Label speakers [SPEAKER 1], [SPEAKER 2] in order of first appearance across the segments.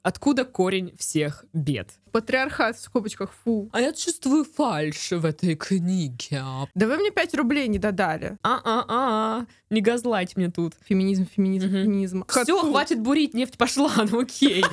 [SPEAKER 1] Откуда корень всех бед?
[SPEAKER 2] Патриархат в скобочках, фу.
[SPEAKER 1] А я чувствую фальшь в этой книге.
[SPEAKER 2] Да вы мне 5 рублей не додали.
[SPEAKER 1] Не газлать мне тут.
[SPEAKER 2] Феминизм. Феминизм.
[SPEAKER 1] Все, хватит бурить, нефть пошла, ну окей.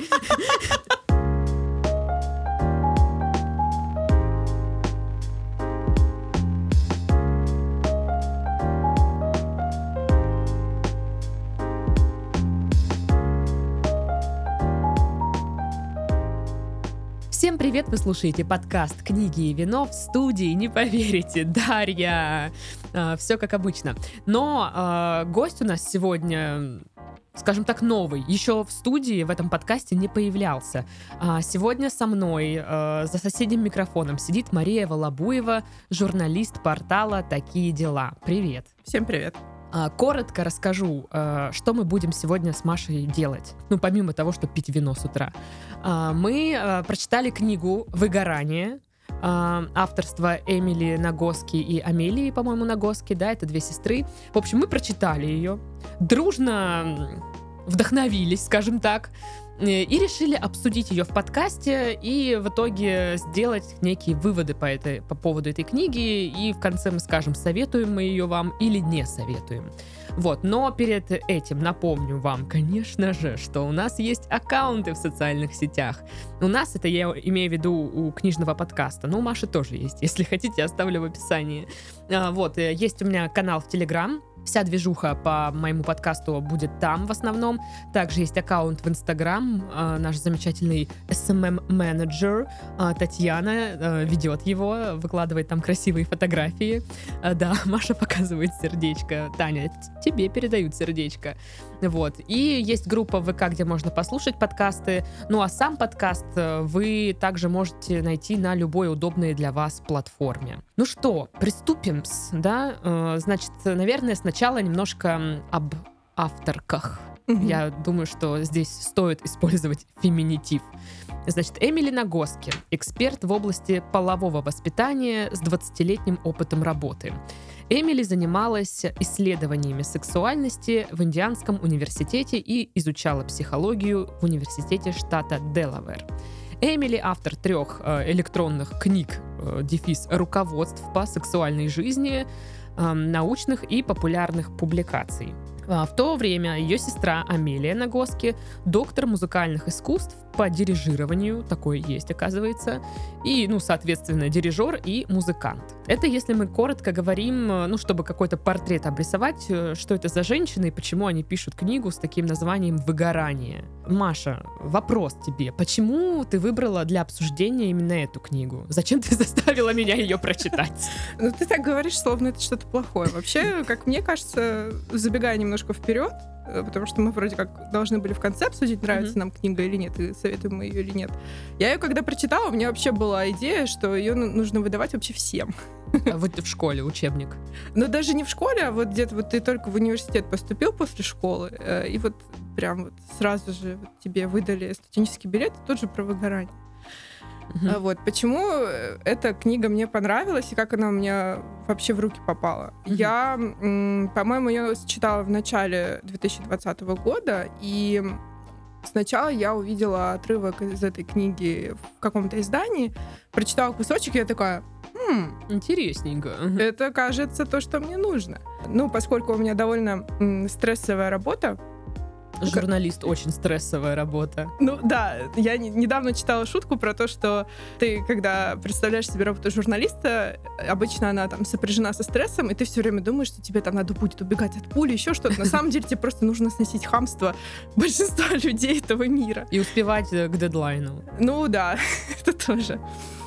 [SPEAKER 1] Всем привет, вы слушаете подкаст «Книги и вино», в студии, не поверите, Дарья. Все как обычно. Но гость у нас сегодня, скажем так, новый. Еще в студии в этом подкасте не появлялся. Сегодня со мной за соседним микрофоном сидит Мария Волобуева, журналист портала «Такие дела». Привет.
[SPEAKER 2] Всем привет.
[SPEAKER 1] Коротко расскажу, что мы будем сегодня с Машей делать. Ну, помимо того, что пить вино с утра. Мы прочитали книгу «Выгорание», авторства Эмили Нагоски и Амелии, по-моему, Нагоски, да, это две сестры. В общем, мы прочитали ее, дружно вдохновились, скажем так, и решили обсудить ее в подкасте и в итоге сделать некие выводы по поводу этой книги. И в конце мы скажем, советуем мы ее вам или не советуем. Вот, но перед этим напомню вам, конечно же, что у нас есть аккаунты в социальных сетях. У нас, это я имею в виду у книжного подкаста, но у Маши тоже есть. Если хотите, оставлю в описании. Вот, есть у меня канал в Telegram. Вся движуха по моему подкасту будет там в основном. Также есть аккаунт в Instagram. Наш замечательный SMM-менеджер Татьяна ведет его, выкладывает там красивые фотографии. Да, Маша показывает сердечко. Таня, тебе передают сердечко. Вот. И есть группа в ВК, где можно послушать подкасты. Ну а сам подкаст вы также можете найти на любой удобной для вас платформе. Ну что, приступим, да? Значит, наверное, сначала немножко об авторках. Я думаю, что здесь стоит использовать феминитив. Значит, Эмили Нагоски, эксперт в области полового воспитания с 20-летним опытом работы. Эмили занималась исследованиями сексуальности в Индианском университете и изучала психологию в университете штата Делавэр. Эмили — автор 3 электронных книг, руководств по сексуальной жизни, научных и популярных публикаций. В то время ее сестра Амелия Нагоски, доктор музыкальных искусств по дирижированию, такое есть, оказывается, и, соответственно, дирижер и музыкант. Это если мы коротко говорим, чтобы какой-то портрет обрисовать, что это за женщины и почему они пишут книгу с таким названием «Выгорание». Маша, вопрос тебе. Почему ты выбрала для обсуждения именно эту книгу? Зачем ты заставила меня ее прочитать?
[SPEAKER 2] Ну, ты так говоришь, словно это что-то плохое. Вообще, как мне кажется, забегая немножко вперед, потому что мы вроде как должны были в конце обсудить, нравится нам книга или нет, и советуем мы ее или нет. Я ее когда прочитала, у меня вообще была идея, что ее нужно выдавать вообще всем.
[SPEAKER 1] Вот в школе учебник.
[SPEAKER 2] Но даже не в школе, а вот где-то вот ты только в университет поступил после школы, и вот прям вот сразу же вот тебе выдали студенческий билет, тот же про выгорание. Вот почему эта книга мне понравилась и как она у меня вообще в руки попала. Я, по-моему, ее читала в начале 2020 года, и сначала я увидела отрывок из этой книги в каком-то издании, прочитала кусочек, и я такая:
[SPEAKER 1] интересненько.
[SPEAKER 2] Это, кажется, то, что мне нужно. Ну, поскольку у меня довольно стрессовая работа.
[SPEAKER 1] Журналист — очень стрессовая работа.
[SPEAKER 2] Ну да, я недавно читала шутку про то, что ты, когда представляешь себе работу журналиста, обычно она там сопряжена со стрессом, и ты все время думаешь, что тебе там надо будет убегать от пули, еще что-то. На самом деле тебе просто нужно сносить хамство большинства людей этого мира.
[SPEAKER 1] И успевать к дедлайну.
[SPEAKER 2] Ну да, это тоже.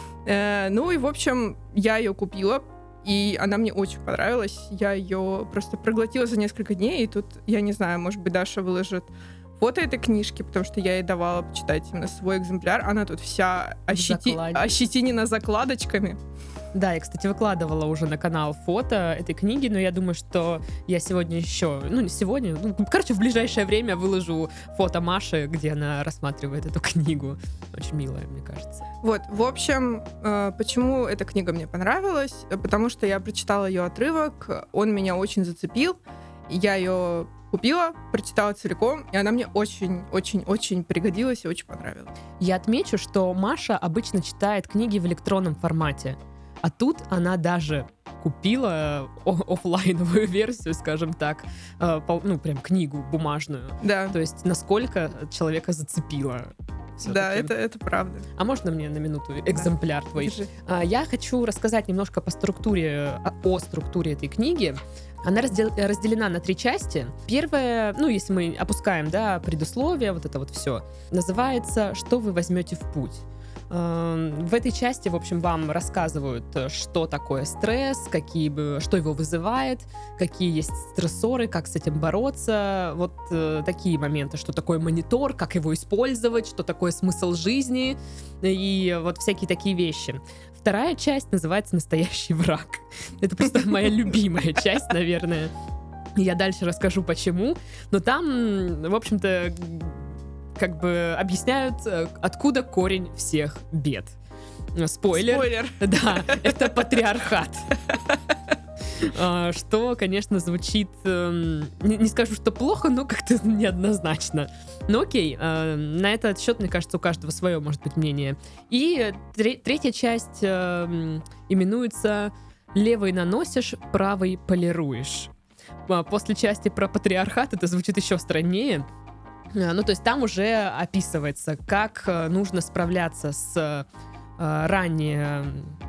[SPEAKER 2] Ну и, в общем, я ее купила, и она мне очень понравилась. Я ее просто проглотила за несколько дней, и тут, я не знаю, может быть, Даша выложит фото этой книжки, потому что я ей давала почитать именно свой экземпляр. Она тут вся ощетинена закладочками.
[SPEAKER 1] Да, я, кстати, выкладывала уже на канал фото этой книги, но я думаю, что я сегодня еще, не сегодня, в ближайшее время выложу фото Маши, где она рассматривает эту книгу. Очень милая, мне кажется.
[SPEAKER 2] Вот, в общем, почему эта книга мне понравилась? Потому что я прочитала ее отрывок, он меня очень зацепил, я ее Купила, прочитала целиком, и она мне очень-очень-очень пригодилась и очень понравилась.
[SPEAKER 1] Я отмечу, что Маша обычно читает книги в электронном формате, а тут она даже купила офлайновую версию, скажем так, ну, прям книгу бумажную.
[SPEAKER 2] Да.
[SPEAKER 1] То есть насколько человека зацепило.
[SPEAKER 2] Да, это правда.
[SPEAKER 1] А можно мне на минуту экземпляр твой?
[SPEAKER 2] Держи.
[SPEAKER 1] Я хочу рассказать немножко о структуре этой книги. Она разделена на 3 части. Первая, ну, если мы опускаем, да, предусловие, вот это вот все, называется «Что вы возьмете в путь?». В этой части, в общем, вам рассказывают, что такое стресс, что его вызывает, какие есть стрессоры, как с этим бороться, вот такие моменты, что такое монитор, как его использовать, что такое смысл жизни и вот всякие такие вещи. Вторая часть называется «Настоящий враг». Это просто моя любимая часть, наверное. Я дальше расскажу, почему. Но там, в общем-то, как бы объясняют, откуда корень всех бед. Спойлер. Да, это патриархат. Что, конечно, звучит, не скажу, что плохо, но как-то неоднозначно. Ну окей, на этот счет, мне кажется, у каждого свое может быть мнение. И третья часть именуется «Левый наносишь, правый полируешь». После части про патриархат это звучит еще страннее. Ну, то есть там уже описывается, как нужно справляться с ранее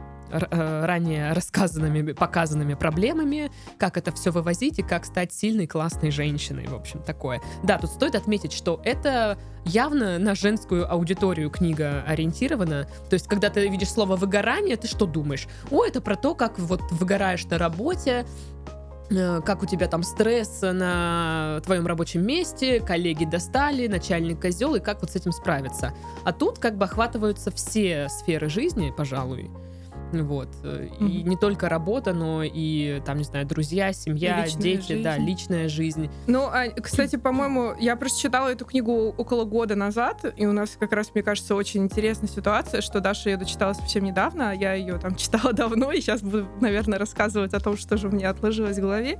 [SPEAKER 1] показанными проблемами, как это все вывозить и как стать сильной, классной женщиной, в общем, такое. Да, тут стоит отметить, что это явно на женскую аудиторию книга ориентирована. То есть, когда ты видишь слово «выгорание», ты что думаешь? О, это про то, как вот выгораешь на работе, как у тебя там стресс на твоем рабочем месте, коллеги достали, начальник козел, и как вот с этим справиться. А тут как бы охватываются все сферы жизни, пожалуй. Вот. И не только работа, но и, там, не знаю, друзья, семья, дети, жизнь. Да, личная жизнь.
[SPEAKER 2] Ну, кстати, по-моему, я просто читала эту книгу около года назад, и у нас как раз, мне кажется, очень интересная ситуация, что Даша ее дочитала совсем недавно, а я ее там читала давно, и сейчас буду, наверное, рассказывать о том, что же у меня отложилось в голове.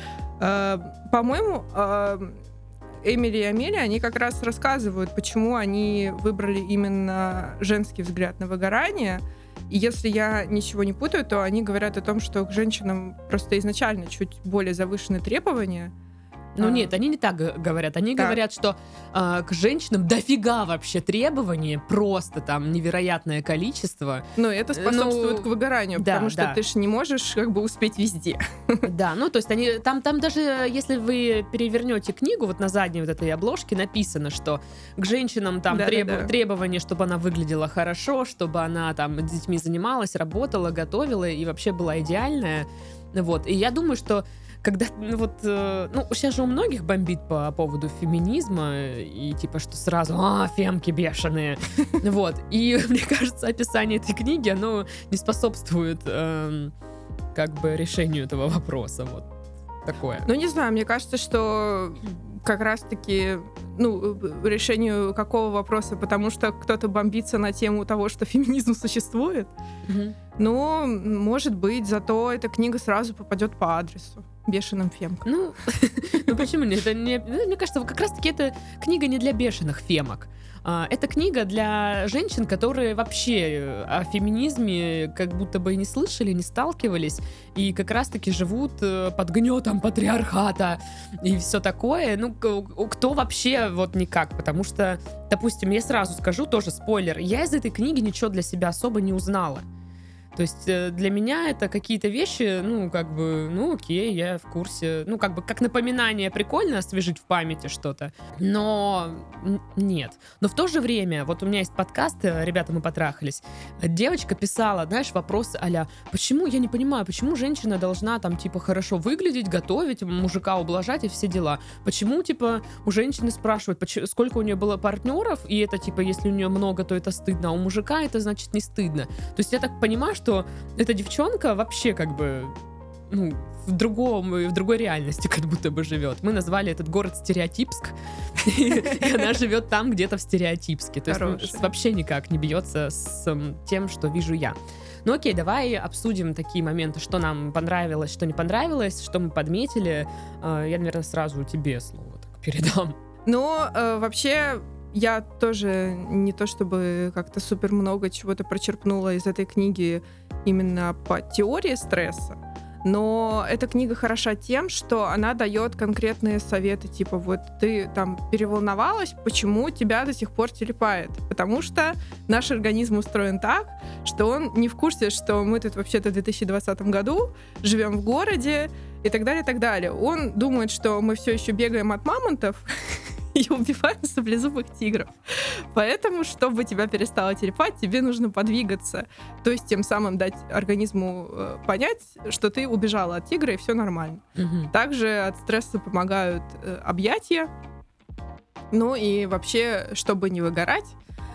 [SPEAKER 2] По-моему, Эмили и Амелия, они как раз рассказывают, почему они выбрали именно женский взгляд на выгорание. И если я ничего не путаю, то они говорят о том, что к женщинам просто изначально чуть более завышены требования.
[SPEAKER 1] Ну нет, они не так говорят. Они говорят, что к женщинам дофига вообще требований, просто там невероятное количество.
[SPEAKER 2] Но это способствует к выгоранию, да, потому что ты же не можешь как бы успеть везде.
[SPEAKER 1] Да, ну то есть они там даже, если вы перевернете книгу, вот на задней вот этой обложке написано, что к женщинам там требования, чтобы она выглядела хорошо, чтобы она там с детьми занималась, работала, готовила и вообще была идеальная. Вот. И я думаю, что когда, сейчас же у многих бомбит по поводу феминизма, и типа, что сразу, фемки бешеные, вот, и мне кажется, описание этой книги, оно не способствует, как бы, решению этого вопроса, вот, такое.
[SPEAKER 2] Ну, не знаю, мне кажется, что как раз-таки, решению какого вопроса, потому что кто-то бомбится на тему того, что феминизм существует, но, может быть, зато эта книга сразу попадет по адресу. Бешеным фемкам.
[SPEAKER 1] Ну почему нет? Мне кажется, как раз-таки эта книга не для бешеных фемок. Это книга для женщин, которые вообще о феминизме как будто бы и не слышали, не сталкивались, и как раз-таки живут под гнетом патриархата и все такое. Ну, кто вообще вот никак, потому что, допустим, я сразу скажу, тоже спойлер, я из этой книги ничего для себя особо не узнала. То есть для меня это какие-то вещи, окей, я в курсе. Как напоминание прикольно освежить в памяти что-то, но нет. Но в то же время, вот у меня есть подкаст «Ребята, мы потрахались». Девочка писала, знаешь, вопрос а-ля, я не понимаю, почему женщина должна там, типа, хорошо выглядеть, готовить, мужика ублажать и все дела. Почему, типа, у женщины спрашивают, сколько у нее было партнеров, и это, типа, если у нее много, то это стыдно, а у мужика это, значит, не стыдно. То есть я так понимаю, что эта девчонка вообще как бы, в другой реальности как будто бы живет. Мы назвали этот город Стереотипск, и она живет там где-то в Стереотипске. То есть вообще никак не бьется с тем, что вижу я. Ну окей, давай обсудим такие моменты, что нам понравилось, что не понравилось, что мы подметили. Я, наверное, сразу тебе слово так передам.
[SPEAKER 2] Ну, вообще, я тоже не то чтобы как-то супер много чего-то прочерпнула из этой книги именно по теории стресса, но эта книга хороша тем, что она дает конкретные советы, типа вот ты там переволновалась, почему тебя до сих пор телепает? Потому что наш организм устроен так, что он не в курсе, что мы тут вообще-то в 2020 году живем в городе и так далее, и так далее. Он думает, что мы все еще бегаем от мамонтов и убиваем саблезубых тигров. Поэтому, чтобы тебя перестало телепать, тебе нужно подвигаться. То есть тем самым дать организму понять, что ты убежала от тигра, и все нормально. Также от стресса помогают объятия. Ну и вообще, чтобы не выгорать,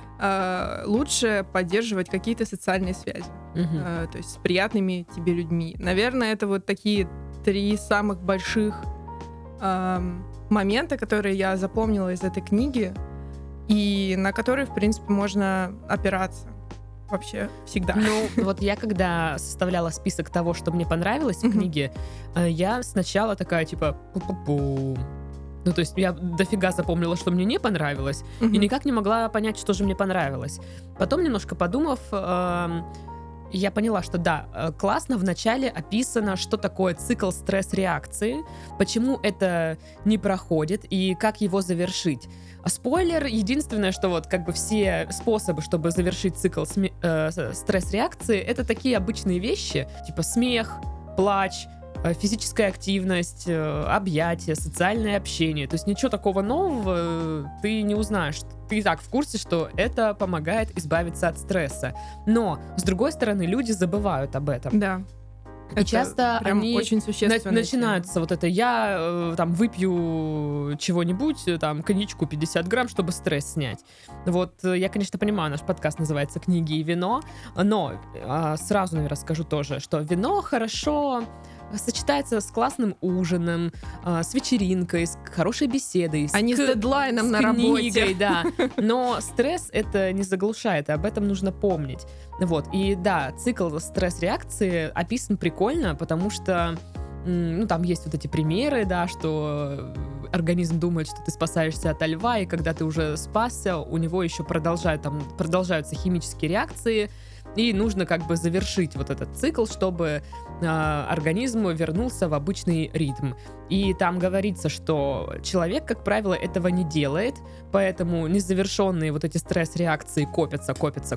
[SPEAKER 2] лучше поддерживать какие-то социальные связи. То есть с приятными тебе людьми. Наверное, это вот такие 3 самых больших момента, которые я запомнила из этой книги, и на которые, в принципе, можно опираться вообще всегда.
[SPEAKER 1] Ну, вот я когда составляла список того, что мне понравилось в книге, я сначала такая, типа, пу-пу-пу. Ну, то есть я дофига запомнила, что мне не понравилось, и никак не могла понять, что же мне понравилось. Потом, немножко подумав, я поняла, что да, классно вначале описано, что такое цикл стресс-реакции, почему это не проходит и как его завершить. Спойлер, единственное, что вот как бы все способы, чтобы завершить цикл стресс-реакции, это такие обычные вещи, типа смех, плач, физическая активность, объятия, социальное общение. То есть ничего такого нового ты не узнаешь. Ты и так в курсе, что это помогает избавиться от стресса. Но, с другой стороны, люди забывают об этом.
[SPEAKER 2] Да.
[SPEAKER 1] И
[SPEAKER 2] это
[SPEAKER 1] часто они
[SPEAKER 2] очень
[SPEAKER 1] начинаются вот это, я там выпью чего-нибудь, там коньячку 50 грамм, чтобы стресс снять. Вот я, конечно, понимаю, наш подкаст называется «Книги и вино», но сразу, наверное, скажу тоже, что вино хорошо сочетается с классным ужином, с вечеринкой, с хорошей беседой.
[SPEAKER 2] А не с дедлайном на
[SPEAKER 1] книгой,
[SPEAKER 2] работе.
[SPEAKER 1] Да. Но стресс это не заглушает, и об этом нужно помнить. Вот. И да, цикл стресс-реакции описан прикольно, потому что ну, там есть вот эти примеры, да, что организм думает, что ты спасаешься от льва, и когда ты уже спасся, у него еще продолжаются химические реакции, и нужно как бы завершить вот этот цикл, чтобы организм вернулся в обычный ритм. И там говорится, что человек, как правило, этого не делает, поэтому незавершенные вот эти стресс-реакции копятся,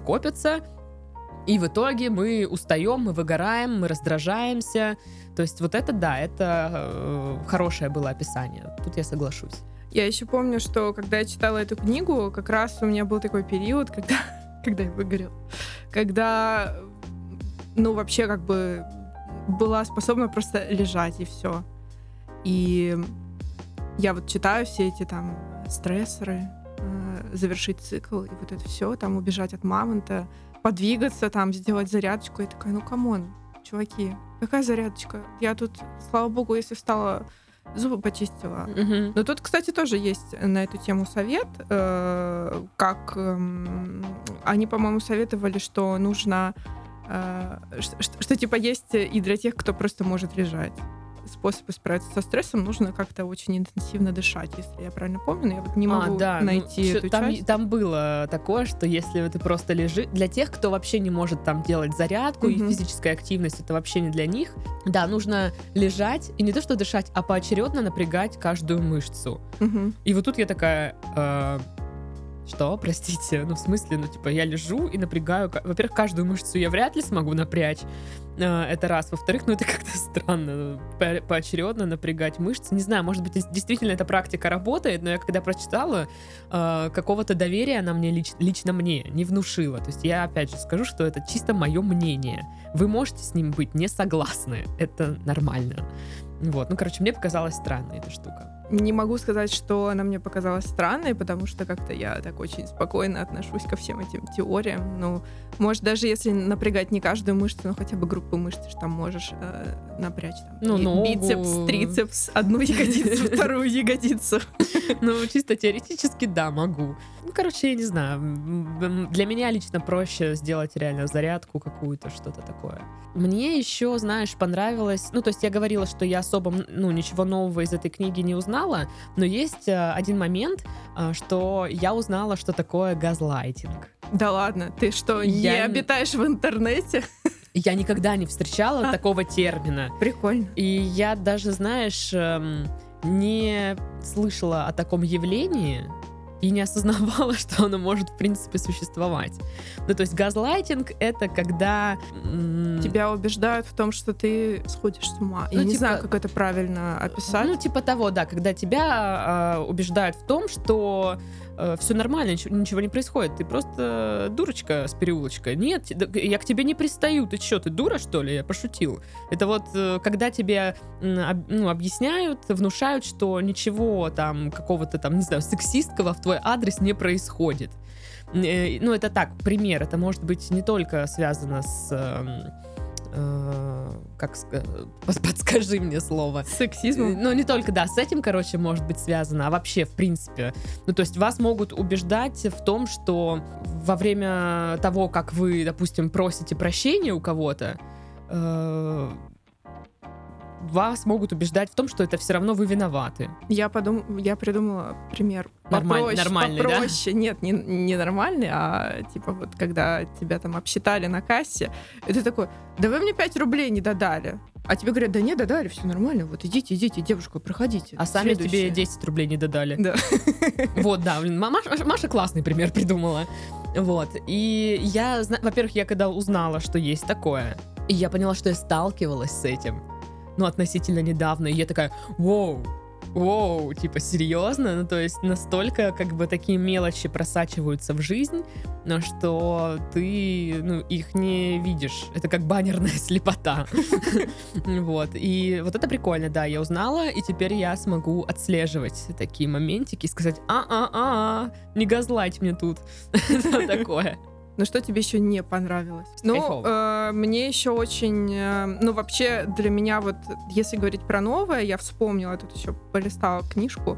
[SPEAKER 1] и в итоге мы устаем, мы выгораем, мы раздражаемся. То есть вот это, да, это хорошее было описание. Тут я соглашусь.
[SPEAKER 2] Я еще помню, что когда я читала эту книгу, как раз у меня был такой период, когда я выгорела, когда, ну, вообще как бы была способна просто лежать, и все. И я вот читаю все эти там стрессоры, завершить цикл, и вот это все, там убежать от мамонта, подвигаться, там сделать зарядочку. Я такая, ну, камон, чуваки, какая зарядочка? Я тут, слава богу, если встала, зубы почистила. Но тут, кстати, тоже есть на эту тему совет, как они, по-моему, советовали, что нужно, что типа есть и для тех, кто просто может лежать. Способы справиться со стрессом, нужно как-то очень интенсивно дышать, если я правильно помню, но я вот не могу найти эту часть.
[SPEAKER 1] Там было такое, что если ты просто лежишь, для тех, кто вообще не может там делать зарядку, и физическая активность это вообще не для них, да, нужно лежать, и не то что дышать, а поочередно напрягать каждую мышцу. И вот тут я такая... Что? Простите. Ну, в смысле, ну, типа, я лежу и напрягаю... Во-первых, каждую мышцу я вряд ли смогу напрячь. Это раз. Во-вторых, ну, это как-то странно. Поочередно напрягать мышцы. Не знаю, может быть, действительно эта практика работает, но я когда прочитала, какого-то доверия она мне лично мне не внушила. То есть я, опять же, скажу, что это чисто мое мнение. Вы можете с ним быть не согласны. Это нормально. Вот. Ну, короче, мне показалась странной эта штука.
[SPEAKER 2] Не могу сказать, что она мне показалась странной, потому что как-то я так очень спокойно отношусь ко всем этим теориям. Ну, может, даже если напрягать не каждую мышцу, но хотя бы группу мышц, что там можешь напрячь. Там,
[SPEAKER 1] ногу.
[SPEAKER 2] Бицепс, трицепс, одну ягодицу, вторую ягодицу.
[SPEAKER 1] Ну, чисто теоретически, да, могу. Ну, короче, я не знаю. Для меня лично проще сделать реально зарядку какую-то, что-то такое. Мне еще, знаешь, понравилось... Ну, то есть я говорила, что я особо, ничего нового из этой книги не узнала, но есть один момент, что я узнала, что такое газлайтинг.
[SPEAKER 2] Да ладно, ты что, не обитаешь в интернете?
[SPEAKER 1] Я никогда не встречала такого термина.
[SPEAKER 2] Прикольно.
[SPEAKER 1] И я даже, знаешь, не слышала о таком явлении и не осознавала, что оно может, в принципе, существовать. Ну, то есть газлайтинг — это когда...
[SPEAKER 2] Тебя убеждают в том, что ты сходишь с ума. Я не знаю, как это правильно описать.
[SPEAKER 1] Ну, типа того, да, когда тебя убеждают в том, что все нормально, ничего не происходит, ты просто дурочка с переулочка. Нет, я к тебе не пристаю, ты что, ты дура, что ли? Я пошутил. Это вот когда тебе объясняют, внушают, что ничего там какого-то там, не знаю, сексистского в твой адрес не происходит. Ну, это так, пример. Это может быть не только связано с... подскажи мне слово.
[SPEAKER 2] С сексизмом?
[SPEAKER 1] Ну, не только, да, с этим, короче, может быть связано, а вообще, в принципе. Ну, то есть вас могут убеждать в том, что во время того, как вы, допустим, просите прощения у кого-то, вас могут убеждать в том, что это все равно вы виноваты.
[SPEAKER 2] Я придумала пример.
[SPEAKER 1] Нормальный,
[SPEAKER 2] попроще. Да? Нет, не нормальный, а типа вот когда тебя там обсчитали на кассе, и ты такой, да вы мне 5 рублей не додали. А тебе говорят, да не додали, все нормально, вот идите, девушка, проходите.
[SPEAKER 1] А сами тебе 10 рублей не додали.
[SPEAKER 2] Да.
[SPEAKER 1] Вот, да, Маша классный пример придумала. Вот, и я, во-первых, я когда узнала, что есть такое, и я поняла, что я сталкивалась с этим, относительно недавно, и я такая, воу, типа, серьезно? Ну, то есть настолько, как бы, такие мелочи просачиваются в жизнь, что ты, их не видишь. Это как баннерная слепота. Вот. И вот это прикольно, да, я узнала, и теперь я смогу отслеживать такие моментики и сказать, не газлайт мне тут. Это такое.
[SPEAKER 2] Но что тебе еще не понравилось? Мне еще очень... вообще, для меня вот, если говорить про новое, я вспомнила, тут еще полистала книжку,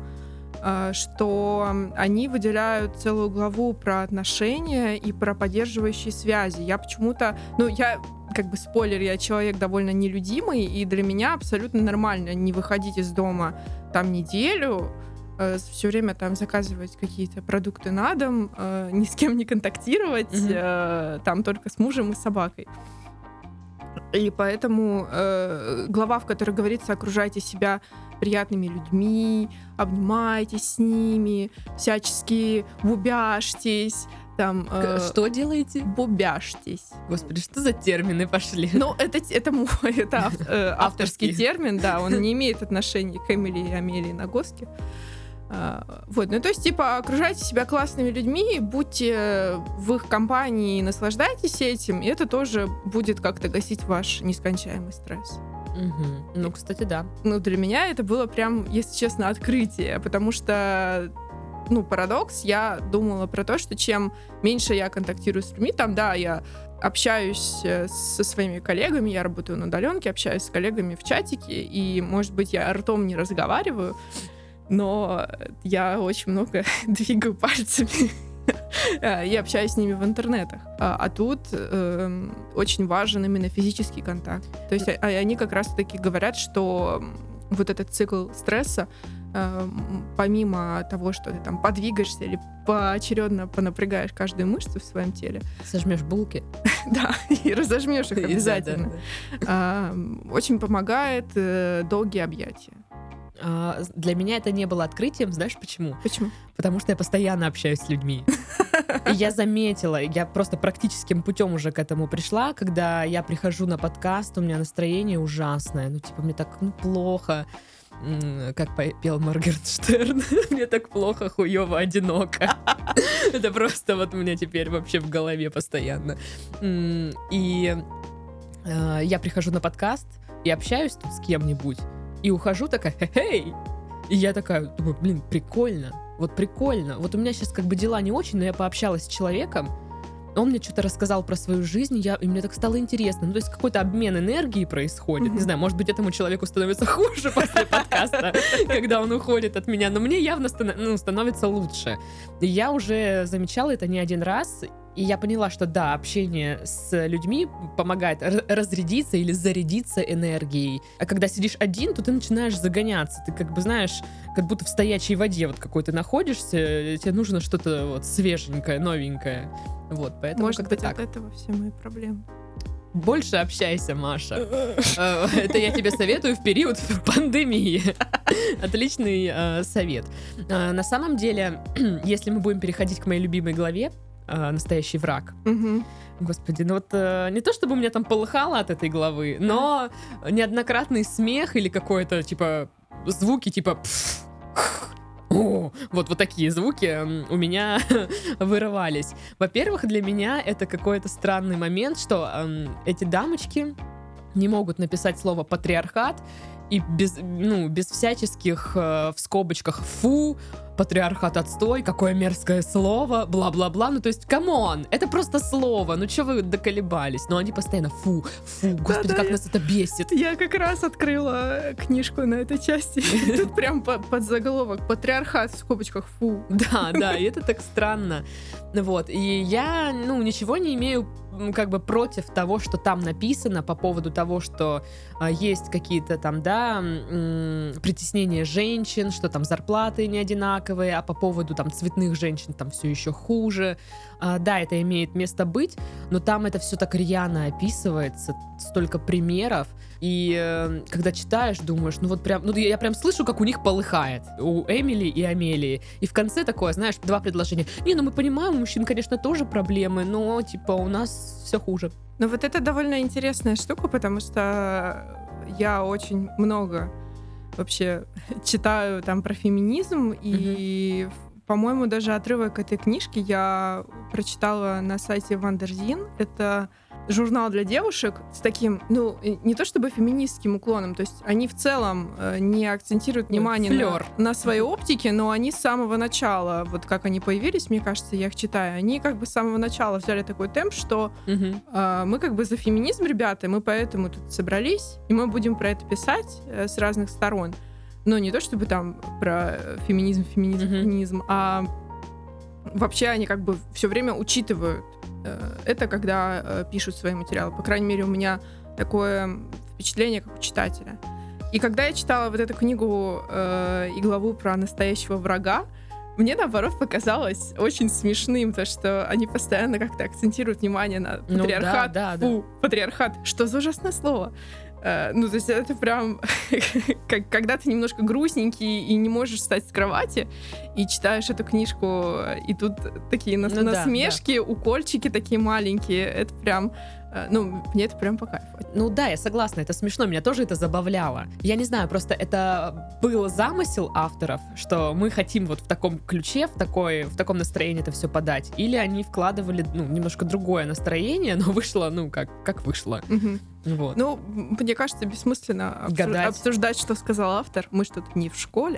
[SPEAKER 2] что они выделяют целую главу про отношения и про поддерживающие связи. Я почему-то... я как бы спойлер, я человек довольно нелюдимый, и для меня абсолютно нормально не выходить из дома там неделю, все время там заказывать какие-то продукты на дом, ни с кем не контактировать, там только с мужем и собакой. И поэтому глава, в которой говорится, окружайте себя приятными людьми, обнимайтесь с ними, всячески бубяжьтесь. Там,
[SPEAKER 1] что делаете?
[SPEAKER 2] Бубяжьтесь.
[SPEAKER 1] Господи, что за термины пошли?
[SPEAKER 2] Это авторский термин, да, он не имеет отношения к Эмили и Амелии Нагоски. Вот, то есть, типа, окружайте себя классными людьми, будьте в их компании, наслаждайтесь этим, и это тоже будет как-то гасить ваш нескончаемый стресс.
[SPEAKER 1] Ну, кстати, да.
[SPEAKER 2] Для меня это было прям, если честно, открытие, потому что, парадокс, я думала про то, что чем меньше я контактирую с людьми, там, да, я общаюсь со своими коллегами, я работаю на удаленке, общаюсь с коллегами в чатике, и, может быть, я ртом не разговариваю, но я очень много двигаю пальцами и общаюсь с ними в интернетах. А тут очень важен именно физический контакт. То есть они как раз-таки говорят, что вот этот цикл стресса, помимо того, что ты там подвигаешься или поочередно понапрягаешь каждую мышцу в своем теле.
[SPEAKER 1] Сожмешь булки.
[SPEAKER 2] Да, и разожмешь их обязательно. Очень помогает долгие объятия.
[SPEAKER 1] Для меня это не было открытием, знаешь почему?
[SPEAKER 2] Почему?
[SPEAKER 1] Потому что я постоянно общаюсь с людьми. И я заметила, я просто практическим путем уже к этому пришла, когда я прихожу на подкаст, у меня настроение ужасное, мне так плохо, как пел Моргенштерн, мне так плохо, хуёво, одиноко. Это просто вот у меня теперь вообще в голове постоянно. И я прихожу на подкаст и общаюсь тут с кем-нибудь, и ухожу такая, хей, И я такая думаю, блин, прикольно. Вот прикольно. Вот у меня сейчас как бы дела не очень, но я пообщалась с человеком, он мне что-то рассказал про свою жизнь, и мне так стало интересно. Ну, то есть какой-то обмен энергией происходит. Не знаю, может быть, этому человеку становится хуже после подкаста, когда он уходит от меня, но мне явно становится лучше. И я уже замечала это не один раз, и я поняла, что да, общение с людьми помогает разрядиться или зарядиться энергией. А когда сидишь один, то ты начинаешь загоняться. Ты как бы, знаешь, как будто в стоячей воде вот какой-то находишься, тебе нужно что-то вот свеженькое, новенькое. Вот, поэтому
[SPEAKER 2] может быть,
[SPEAKER 1] так.
[SPEAKER 2] от этого все мои проблемы.
[SPEAKER 1] Больше общайся, Маша. Это я тебе советую в период пандемии. Отличный совет. На самом деле, если мы будем переходить к моей любимой главе, настоящий враг. Господи, ну вот не то чтобы у меня там полыхало от этой главы, но неоднократный смех или какое-то типа звуки типа вот такие звуки у меня вырывались. Во-первых, для меня это какой-то странный момент, что эти дамочки не могут написать слово патриархат и без всяческих в скобочках фу, патриархат отстой, какое мерзкое слово, бла-бла-бла. Ну, то есть, камон, это просто слово. Ну, что вы доколебались? Но они постоянно фу, господи, как нас это бесит.
[SPEAKER 2] Я как раз открыла книжку на этой части. Тут прям под заголовок «Патриархат» в скобочках фу.
[SPEAKER 1] Да, и это так странно. Вот, и я, ничего не имею как бы против того, что там написано по поводу того, что есть какие-то там, притеснения женщин, что там зарплаты не одинаковые, а по поводу там цветных женщин там все еще хуже. Да, это имеет место быть, но там это все так рьяно описывается, столько примеров, и когда читаешь, думаешь, я прям слышу, как у них полыхает, у Эмили и Амелии, и в конце такое, знаешь, 2 предложения. Мы понимаем, у мужчин, конечно, тоже проблемы, но, типа, у нас все хуже.
[SPEAKER 2] Но вот это довольно интересная штука, потому что я очень много вообще читаю там про феминизм, и, по-моему, даже отрывок этой книжки я прочитала на сайте Вандерзин. Это журнал для девушек с таким, не то чтобы феминистским уклоном, то есть они в целом не акцентируют внимание на своей оптике, но они с самого начала, вот как они появились, мне кажется, я их читаю, они как бы с самого начала взяли такой темп, что мы как бы за феминизм, ребята, мы поэтому тут собрались, и мы будем про это писать с разных сторон. Но не то чтобы там про феминизм, а вообще они как бы все время учитывают это, когда пишут свои материалы. По крайней мере, у меня такое впечатление, как у читателя. И когда я читала вот эту книгу и главу про настоящего врага, мне, наоборот, показалось очень смешным, то, что они постоянно как-то акцентируют внимание на патриархат. Патриархат. Что за ужасное слово? То есть это прям когда ты немножко грустненький и не можешь встать с кровати, и читаешь эту книжку, и тут такие насмешки, укольчики такие маленькие, это прям... мне это прям по кайфу.
[SPEAKER 1] Я согласна, это смешно, меня тоже это забавляло. Я не знаю, просто это был замысел авторов, что мы хотим вот в таком ключе, в таком настроении это все подать, или они вкладывали, немножко другое настроение, но вышло, как вышло. Вот.
[SPEAKER 2] Мне кажется, бессмысленно обсуждать, что сказал автор. Мы что-то не в школе.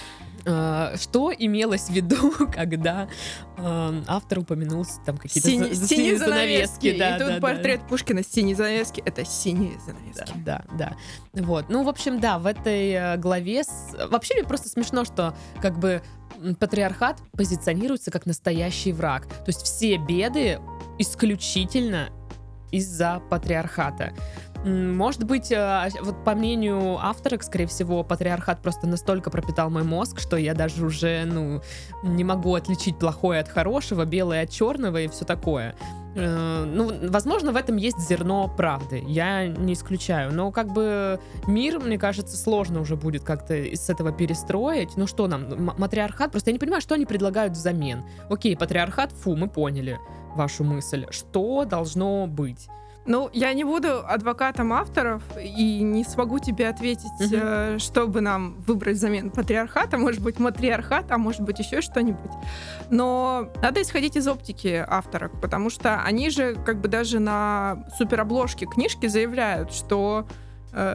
[SPEAKER 1] Что имелось в виду, когда автор упомянул там какие-то
[SPEAKER 2] синие занавески.
[SPEAKER 1] Да,
[SPEAKER 2] и тут портрет Пушкина «Синие занавески» — это синие занавески.
[SPEAKER 1] Да. Вот. В общем, в этой главе... Вообще мне просто смешно, что как бы патриархат позиционируется как настоящий враг. То есть все беды исключительно из-за патриархата. Может быть, вот по мнению авторок, скорее всего, патриархат просто настолько пропитал мой мозг, что я даже уже, не могу отличить плохое от хорошего, белое от черного и все такое. Возможно, в этом есть зерно правды, я не исключаю, но как бы мир, мне кажется, сложно уже будет как-то с этого перестроить. Что нам, матриархат? Просто я не понимаю, что они предлагают взамен. Окей, патриархат, мы поняли вашу мысль. Что должно быть?
[SPEAKER 2] Я не буду адвокатом авторов и не смогу тебе ответить, чтобы нам выбрать взамен патриархата, может быть, матриархат, а может быть, еще что-нибудь. Но надо исходить из оптики авторок, потому что они же как бы даже на суперобложке книжки заявляют, что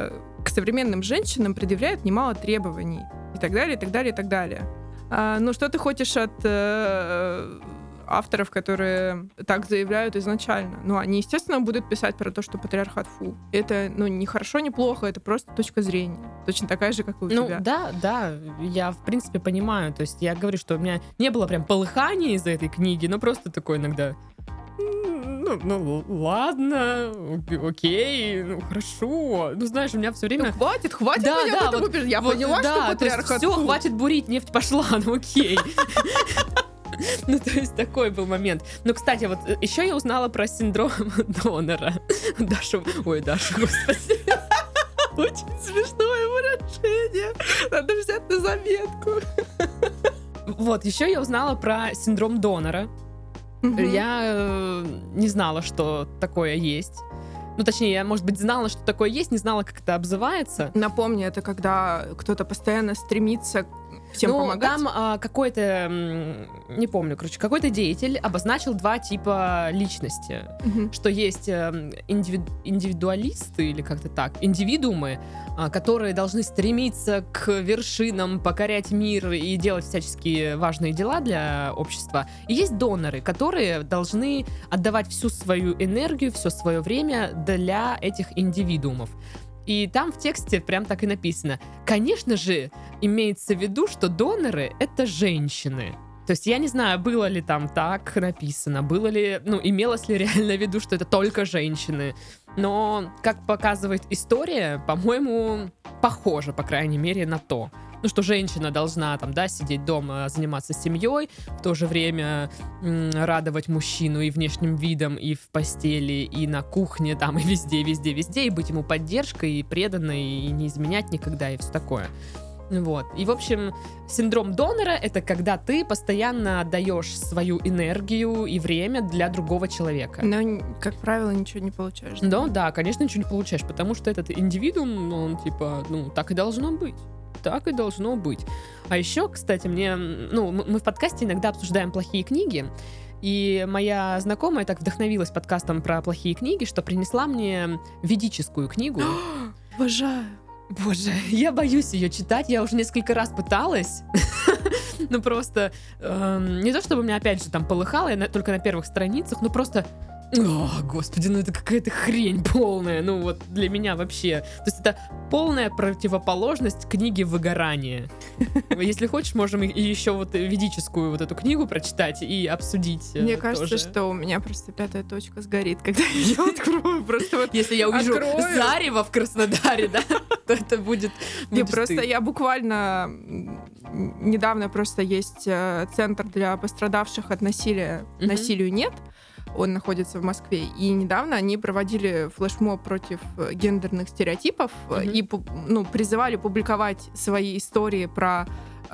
[SPEAKER 2] к современным женщинам предъявляют немало требований. И так далее, и так далее, и так далее. Ну, что ты хочешь от авторов, которые так заявляют изначально? Ну, они, естественно, будут писать про то, что патриархат фу. Это, ну, не хорошо, не плохо, это просто точка зрения. Точно такая же, как и у тебя.
[SPEAKER 1] Да, я, в принципе, понимаю. То есть я говорю, что у меня не было прям полыхания из-за этой книги, но просто такое иногда... Ну, ладно, окей, ну, хорошо. Ну, знаешь, у меня все время...
[SPEAKER 2] Ну, хватит меня об этом убеждать. Я поняла, что патриархат
[SPEAKER 1] все, хватит бурить, нефть пошла, ну окей. Ну, то есть такой был момент. Ну, кстати, вот еще я узнала про синдром донора. Даша, господи.
[SPEAKER 2] Очень смешное выражение. Надо взять на заметку.
[SPEAKER 1] Вот, еще я узнала про синдром донора. Я не знала, что такое есть. Ну, точнее, я, может быть, знала, что такое есть, не знала, как это обзывается.
[SPEAKER 2] Напомни, это когда кто-то постоянно стремится всем помогать?
[SPEAKER 1] Там какой-то, не помню, короче, какой-то деятель обозначил два типа личности. Что есть индивидуалисты, или как-то так, индивидуумы, которые должны стремиться к вершинам, покорять мир и делать всяческие важные дела для общества. И есть доноры, которые должны отдавать всю свою энергию, все свое время для этих индивидуумов. И там в тексте прям так и написано. Конечно же, имеется в виду, что доноры — это женщины. То есть я не знаю, было ли там так написано, было ли, ну, имелось ли реально в виду, что это только женщины. Но, как показывает история, по-моему, похоже, по крайней мере, на то. Ну, что женщина должна там, да, сидеть дома, заниматься семьей, в то же время радовать мужчину и внешним видом, и в постели, и на кухне, там, и везде, и быть ему поддержкой, и преданной, и не изменять никогда, и все такое. Вот. И, в общем, синдром донора — это когда ты постоянно отдаешь свою энергию и время для другого человека.
[SPEAKER 2] Но, как правило, ничего не получаешь.
[SPEAKER 1] Да, конечно, ничего не получаешь, потому что этот индивидуум, он, типа, ну, так и должно быть. Так и должно быть. А еще, кстати, мы в подкасте иногда обсуждаем плохие книги, и моя знакомая так вдохновилась подкастом про плохие книги, что принесла мне ведическую книгу.
[SPEAKER 2] Обожаю.
[SPEAKER 1] Боже, я боюсь ее читать, я уже несколько раз пыталась. Ну просто, не то чтобы у меня опять же там полыхало, я только на первых страницах, но просто... О, господи, ну это какая-то хрень полная, ну вот для меня вообще. То есть это полная противоположность книги «Выгорание». Если хочешь, можем и еще вот ведическую вот эту книгу прочитать и обсудить.
[SPEAKER 2] Мне кажется, что у меня просто 5-я точка сгорит, когда я ее открою. Просто вот
[SPEAKER 1] если я увижу зарево в Краснодаре, да, то это будет
[SPEAKER 2] просто я буквально... Недавно просто есть центр для пострадавших от насилия. Насилию нет. Он находится в Москве. И недавно они проводили флешмоб против гендерных стереотипов и призывали публиковать свои истории про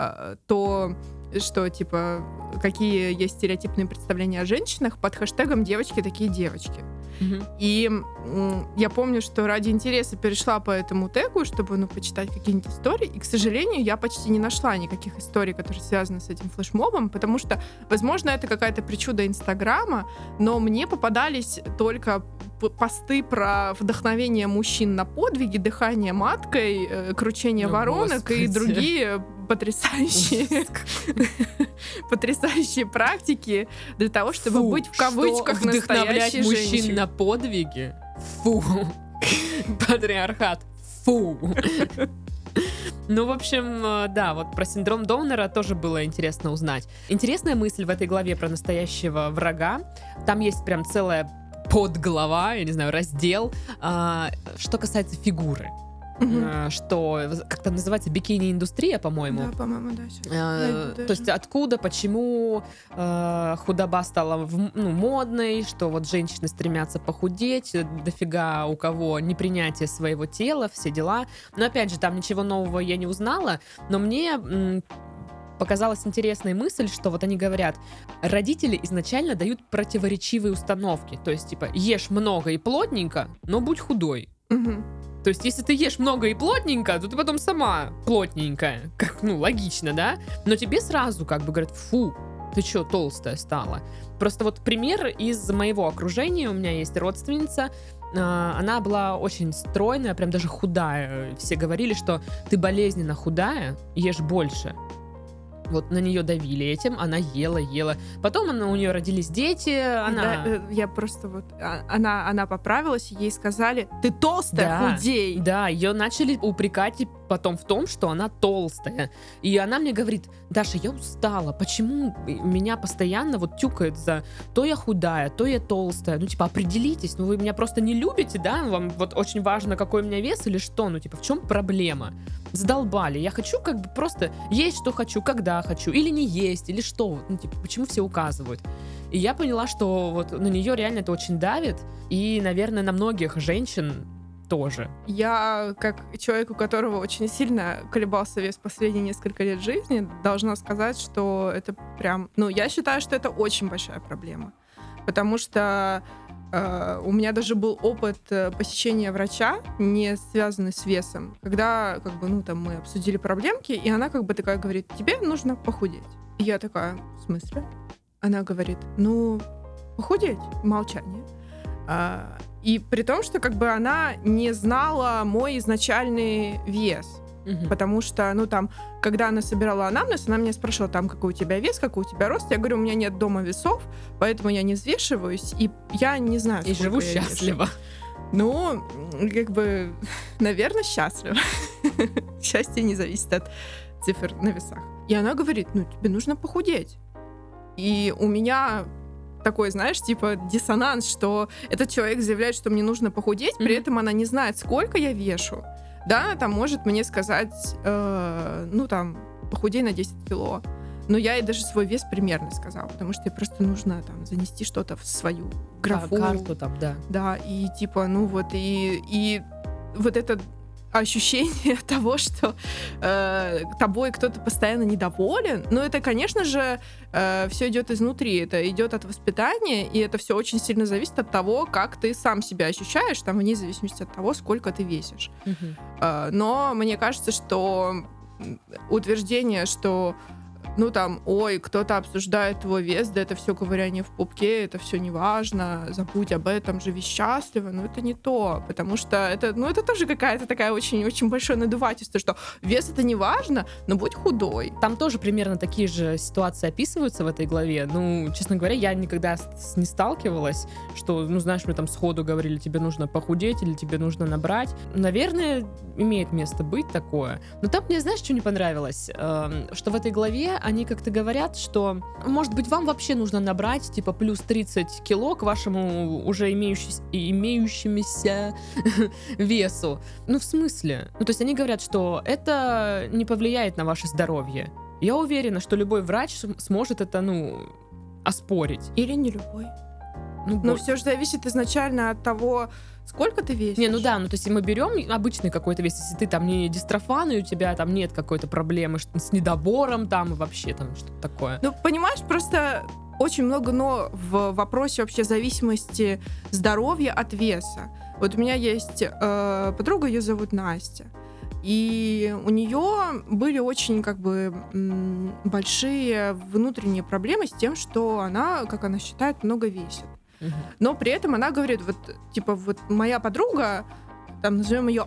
[SPEAKER 2] то, что, типа, какие есть стереотипные представления о женщинах под хэштегом «девочки такие девочки». И я помню, что ради интереса перешла по этому тегу, чтобы почитать какие-нибудь истории. И, к сожалению, я почти не нашла никаких историй, которые связаны с этим флешмобом, потому что, возможно, это какая-то причуда Инстаграма, но мне попадались только посты про вдохновение мужчин на подвиги, дыхание маткой, кручение воронок и другие потрясающие практики для того, чтобы быть в кавычках настоящей женщиной.
[SPEAKER 1] Мужчин на подвиги? Фу. Патриархат. Фу. Ну, в общем, да, вот про синдром донора тоже было интересно узнать. Интересная мысль в этой главе про настоящего врага. Там есть прям целая подглава, я не знаю, раздел, что касается фигуры. Что, как там называется, бикини-индустрия, по-моему.
[SPEAKER 2] Да, по-моему, да.
[SPEAKER 1] То есть откуда, почему худоба стала модной, что вот женщины стремятся похудеть, дофига у кого непринятие своего тела, все дела. Но опять же, там ничего нового я не узнала, но мне показалась интересная мысль, что вот они говорят, родители изначально дают противоречивые установки. То есть, типа, ешь много и плотненько, но будь худой. То есть, если ты ешь много и плотненько, то ты потом сама плотненькая. Как, логично, да? Но тебе сразу как бы говорят, фу, ты чё, толстая стала? Просто вот пример из моего окружения. У меня есть родственница, она была очень стройная, прям даже худая. Все говорили, что ты болезненно худая, ешь больше. Вот на нее давили этим, она ела. Потом у нее родились дети, она...
[SPEAKER 2] Да, я просто вот... Она поправилась, ей сказали, ты толстая, худей.
[SPEAKER 1] Да, ее начали упрекать и потом в том, что она толстая. И она мне говорит, Даша, я устала, почему меня постоянно вот тюкают за то я худая, то я толстая. Ну, типа, определитесь, ну вы меня просто не любите, да? Вам вот очень важно, какой у меня вес или что? Ну, типа, в чем проблема? Задолбали. Я хочу как бы просто есть, что хочу, когда хочу, или не есть, или что. Ну, типа, почему все указывают? И я поняла, что вот на нее реально это очень давит, и, наверное, на многих женщин тоже.
[SPEAKER 2] Я, как человек, у которого очень сильно колебался вес последние несколько лет жизни, должна сказать, что это прям... Ну, я считаю, что это очень большая проблема. Потому что у меня даже был опыт посещения врача, не связанный с весом, когда как бы, ну, там мы обсудили проблемки, и она как бы такая говорит, тебе нужно похудеть. И я такая, в смысле? Она говорит, ну, похудеть. Молчание. И при том, что как бы она не знала мой изначальный вес. Потому что, ну, там, когда она собирала анамнез, она меня спрашивала, там, какой у тебя вес, какой у тебя рост. Я говорю, у меня нет дома весов, поэтому я не взвешиваюсь, и я не знаю,
[SPEAKER 1] и живу счастливо.
[SPEAKER 2] Ну, как бы, наверное, счастлива. Счастье не зависит от цифр на весах. И она говорит, ну, тебе нужно похудеть. И у меня такой, знаешь, типа диссонанс, что этот человек заявляет, что мне нужно похудеть, при этом она не знает, сколько я вешу. Да, она там может мне сказать, ну там, похудей на 10 кило. Но я ей даже свой вес примерно сказала, потому что ей просто нужно там занести что-то в свою графу.
[SPEAKER 1] Карту там, да.
[SPEAKER 2] Да, и типа, ну вот, и вот это ощущение того, что тобой кто-то постоянно недоволен, но это, конечно же, все идет изнутри, это идет от воспитания, и это все очень сильно зависит от того, как ты сам себя ощущаешь, там, вне зависимости от того, сколько ты весишь. Но мне кажется, что утверждение, что ну там, ой, кто-то обсуждает твой вес, да это все ковыряние в пупке, это все неважно, забудь об этом, живи счастливо, но это не то, потому что это, ну это тоже какая-то такая очень-очень большое надувательство, что вес это не важно, но будь худой.
[SPEAKER 1] Там тоже примерно такие же ситуации описываются в этой главе, ну, честно говоря, я никогда не сталкивалась, что, ну, знаешь, мне там сходу говорили, тебе нужно похудеть или тебе нужно набрать, наверное, имеет место быть такое, но там мне, знаешь, что не понравилось, что в этой главе они как-то говорят, что, может быть, вам вообще нужно набрать, типа, плюс 30 кило к вашему уже имеющемуся весу. Ну, в смысле? Ну, то есть они говорят, что это не повлияет на ваше здоровье. Я уверена, что любой врач сможет это, ну, оспорить.
[SPEAKER 2] Или не любой.
[SPEAKER 1] Ну,
[SPEAKER 2] но все же зависит изначально от того, сколько ты весишь.
[SPEAKER 1] Не, ну да, ну то есть мы берем обычный какой-то вес, если ты там не дистрофан, и у тебя там нет какой-то проблемы с недобором там, вообще там что-то такое.
[SPEAKER 2] Ну, понимаешь, просто очень много «но» в вопросе вообще зависимости здоровья от веса. Вот у меня есть подруга, ее зовут Настя. И у нее были очень как бы большие внутренние проблемы с тем, что она, как она считает, много весит. Но при этом она говорит, вот, типа, вот моя подруга, там, назовем ее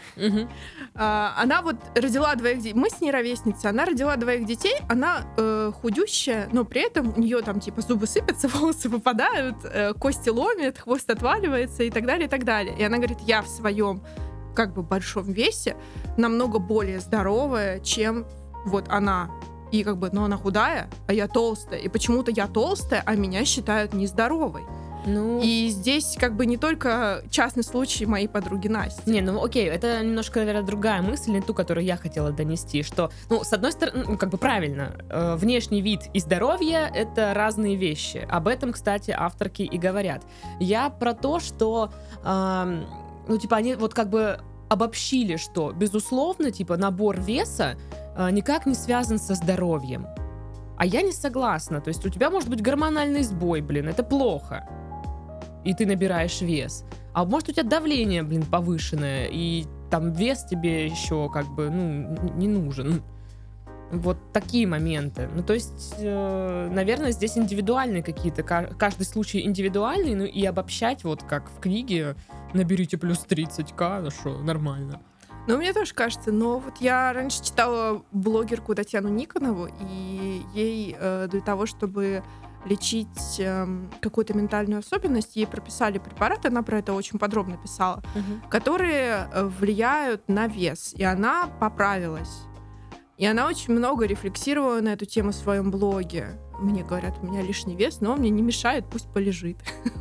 [SPEAKER 2] она вот родила 2 детей, мы с ней ровесницы, она родила 2 детей, она худющая, но при этом у нее там, типа, зубы сыпятся, волосы выпадают, кости ломят, хвост отваливается и так далее, и так далее. И она говорит, я в своем, как бы, большом весе намного более здоровая, чем вот она. И как бы, ну, она худая, а я толстая. И почему-то я толстая, а меня считают нездоровой.
[SPEAKER 1] Ну...
[SPEAKER 2] И здесь как бы не только частный случай моей подруги Насти.
[SPEAKER 1] Не, ну окей, это немножко, наверное, другая мысль, не ту, которую я хотела донести, что, ну, с одной стороны, ну, как бы правильно, внешний вид и здоровье — это разные вещи. Об этом, кстати, авторки и говорят. Я про то, что, ну, типа, они вот как бы обобщили, что, безусловно, типа, набор веса никак не связан со здоровьем. А я не согласна. То есть у тебя может быть гормональный сбой, блин, это плохо. И ты набираешь вес. А может у тебя давление, блин, повышенное, и там вес тебе еще как бы, ну, не нужен. Вот такие моменты. Ну, то есть, наверное, здесь индивидуальные какие-то, каждый случай индивидуальный, ну и обобщать, вот как в книге, наберите плюс 30к, ну что, нормально.
[SPEAKER 2] Ну, мне тоже кажется, но вот я раньше читала блогерку Татьяну Никонову, и ей для того, чтобы лечить какую-то ментальную особенность, ей прописали препараты, она про это очень подробно писала, которые влияют на вес, и она поправилась. И она очень много рефлексировала на эту тему в своем блоге. Мне говорят, у меня лишний вес, но он мне не мешает, пусть полежит.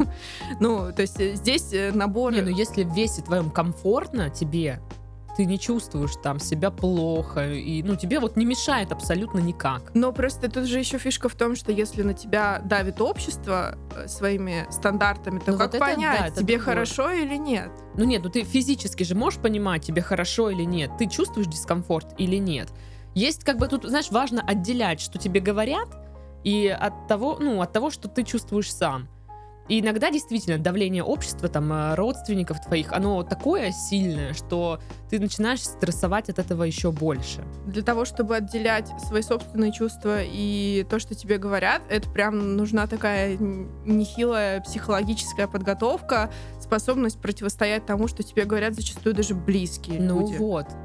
[SPEAKER 2] Ну, то есть здесь набор...
[SPEAKER 1] Не, ну если в весе твоем комфортно тебе, ты не чувствуешь там себя плохо, и, ну, тебе вот не мешает абсолютно никак.
[SPEAKER 2] Но просто тут же еще фишка в том, что если на тебя давит общество своими стандартами, то
[SPEAKER 1] Ну,
[SPEAKER 2] как
[SPEAKER 1] вот это,
[SPEAKER 2] понять,
[SPEAKER 1] да, это
[SPEAKER 2] тебе
[SPEAKER 1] другое.
[SPEAKER 2] хорошо или нет?
[SPEAKER 1] Ну нет, ну ты физически же можешь понимать, тебе хорошо или нет, ты чувствуешь дискомфорт или нет. Есть как бы тут, знаешь, важно отделять, что тебе говорят, и от того, что ты чувствуешь сам. И иногда действительно давление общества, там, родственников твоих, оно такое сильное, что ты начинаешь стрессовать от этого еще больше.
[SPEAKER 2] Для того, чтобы отделять свои собственные чувства и то, что тебе говорят, это прям нужна такая нехилая психологическая подготовка, способность противостоять тому, что тебе говорят зачастую даже близкие люди.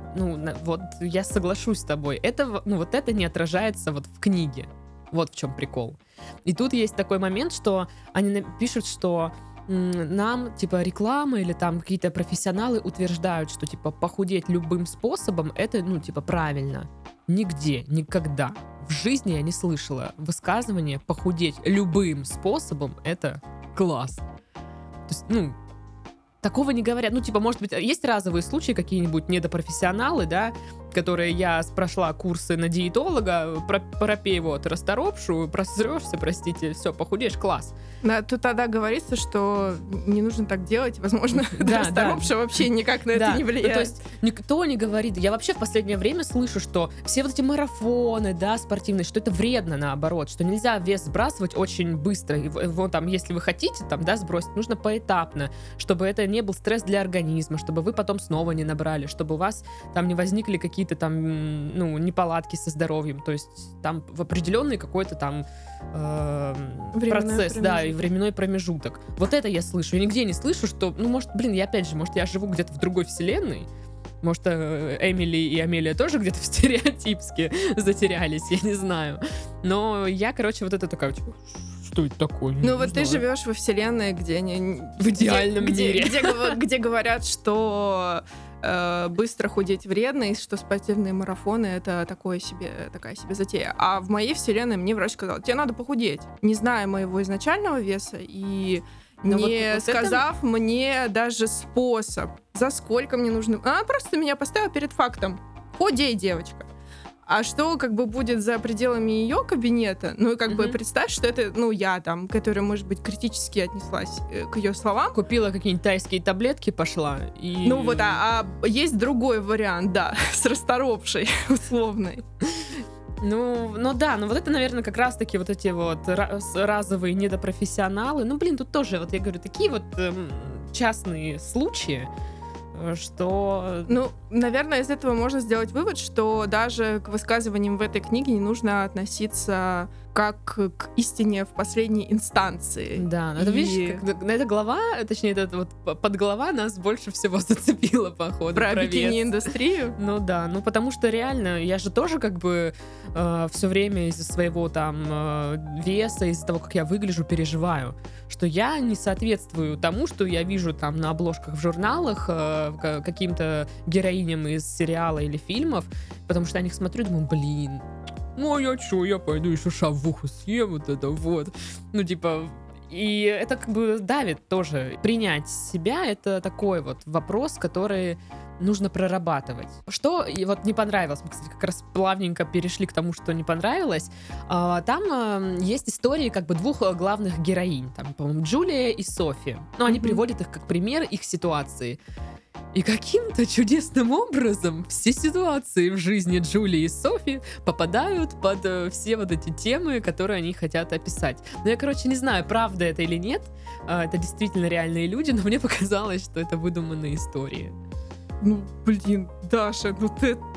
[SPEAKER 1] Вот я соглашусь с тобой. Это, вот это не отражается вот в книге. Вот в чем прикол. И тут есть такой момент, что они пишут, что нам, типа, реклама или там какие-то профессионалы утверждают, что, типа, похудеть любым способом, это, ну, типа, правильно. Нигде, никогда в жизни я не слышала высказывания «похудеть любым способом» — это класс. То есть, ну, такого не говорят. Ну, типа, может быть, есть разовые случаи какие-нибудь недопрофессионалы, да, которые я прошла курсы на диетолога, пропей вот расторопшу, просрёшься, простите, все, похудеешь, класс.
[SPEAKER 2] Тут тогда говорится, что не нужно так делать, возможно, расторопша вообще никак на это не влияет.
[SPEAKER 1] То есть никто не говорит. Я вообще в последнее время слышу, что все вот эти марафоны, да, спортивные, что это вредно, наоборот, что нельзя вес сбрасывать очень быстро. Вот там, если вы хотите, там, да, сбросить, нужно поэтапно, чтобы это не был стресс для организма, чтобы вы потом снова не набрали, чтобы у вас там не возникли какие-то там, ну, неполадки со здоровьем. То есть там в определенный какой-то там процесс, да, и временной промежуток. Вот это я слышу. Я нигде не слышу, что, ну, может, может, я живу где-то в другой вселенной. Может, Эмили и Амелия тоже где-то в стереотипске затерялись, я не знаю. Но я, короче, вот это такая, типа, что это такое?
[SPEAKER 2] Ну вот ты живешь во вселенной, где они...
[SPEAKER 1] В идеальном мире.
[SPEAKER 2] Где говорят, что быстро худеть вредно, и что спортивные марафоны — это такая себе затея. А в моей вселенной мне врач сказал, тебе надо похудеть, не зная моего изначального веса и не сказав мне даже способ, за сколько мне нужно. Она просто меня поставила перед фактом: худей, девочка. А что как бы будет за пределами ее кабинета? Ну и как бы представь, что это, ну, я там, которая, может быть, критически отнеслась к ее словам.
[SPEAKER 1] Купила какие-нибудь тайские таблетки, пошла и...
[SPEAKER 2] Ну вот, а есть другой вариант, да, с расторопшей условной.
[SPEAKER 1] Ну да, ну вот это, наверное, как раз-таки вот эти вот разовые недопрофессионалы. Ну, блин, тут тоже, вот я говорю, такие вот частные случаи, что...
[SPEAKER 2] Ну, наверное, из этого можно сделать вывод, что даже к высказываниям в этой книге не нужно относиться как к истине в последней инстанции.
[SPEAKER 1] Да, это, видишь, эта глава, точнее, эта вот подглава нас больше всего зацепила, походу.
[SPEAKER 2] Про бикини-индустрию?
[SPEAKER 1] Ну да, ну потому что реально, я же тоже как бы все время из-за своего там веса, из-за того, как я выгляжу, переживаю, что я не соответствую тому, что я вижу там на обложках в журналах каким-то героиням из сериала или фильмов, потому что я на них смотрю и думаю, блин, ну я чё, я пойду еще шавуху съем, вот это вот. Ну типа, и это как бы давит тоже. Принять себя — это такой вот вопрос, который нужно прорабатывать. Что и вот не понравилось, мы, кстати, как раз плавненько перешли к тому, что не понравилось. Там есть истории как бы двух главных героинь, там, по-моему, Джулия и Софи. Ну, они приводят их как пример их ситуации. И каким-то чудесным образом все ситуации в жизни Джулии и Софи попадают под все вот эти темы, которые они хотят описать. Но я, короче, не знаю, правда это или нет. Это действительно реальные люди, но мне показалось, что это выдуманные истории.
[SPEAKER 2] Ну, блин, Даша, ну ты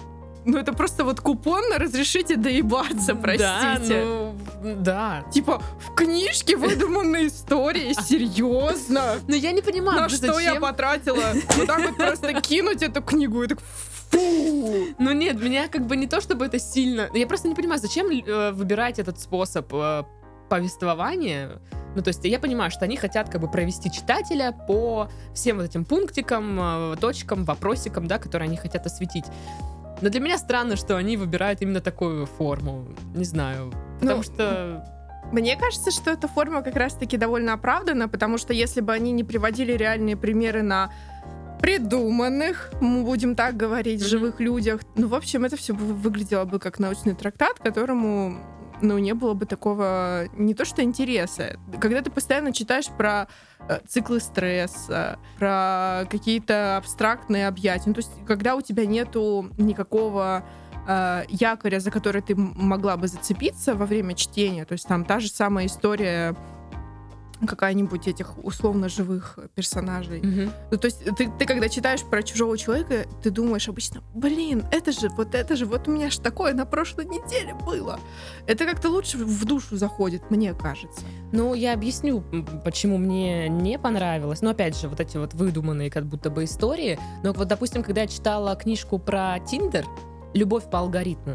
[SPEAKER 2] ну это просто вот купон на «разрешите доебаться», простите.
[SPEAKER 1] Да.
[SPEAKER 2] Типа, в книжке выдуманные истории, серьезно?
[SPEAKER 1] Но я не понимаю,
[SPEAKER 2] на что я потратила? Вот так вот просто кинуть эту книгу и так... Фу.
[SPEAKER 1] Ну нет, меня как бы не то, чтобы это сильно... Я просто не понимаю, зачем выбирать этот способ повествования. Ну, то есть я понимаю, что они хотят как бы провести читателя по всем вот этим пунктикам, точкам, вопросикам, да, которые они хотят осветить. Но для меня странно, что они выбирают именно такую форму. Не знаю, потому что...
[SPEAKER 2] Мне кажется, что эта форма как раз-таки довольно оправдана, потому что если бы они не приводили реальные примеры на придуманных, мы будем так говорить, живых людях, ну, в общем, это все выглядело бы как научный трактат, которому, ну, не было бы такого, не то что интереса. Когда ты постоянно читаешь про циклы стресса, про какие-то абстрактные объятия, ну, то есть когда у тебя нету никакого якоря, за который ты могла бы зацепиться во время чтения, то есть там та же самая история какая-нибудь этих условно живых персонажей. Ну, то есть ты когда читаешь про чужого человека, ты думаешь обычно, блин, это же, вот у меня же такое на прошлой неделе было. Это как-то лучше в душу заходит, мне кажется.
[SPEAKER 1] Ну, я объясню, почему мне не понравилось. Но опять же, вот эти вот выдуманные как будто бы истории. Но вот, допустим, когда я читала книжку про Тиндер «Любовь по алгоритму»,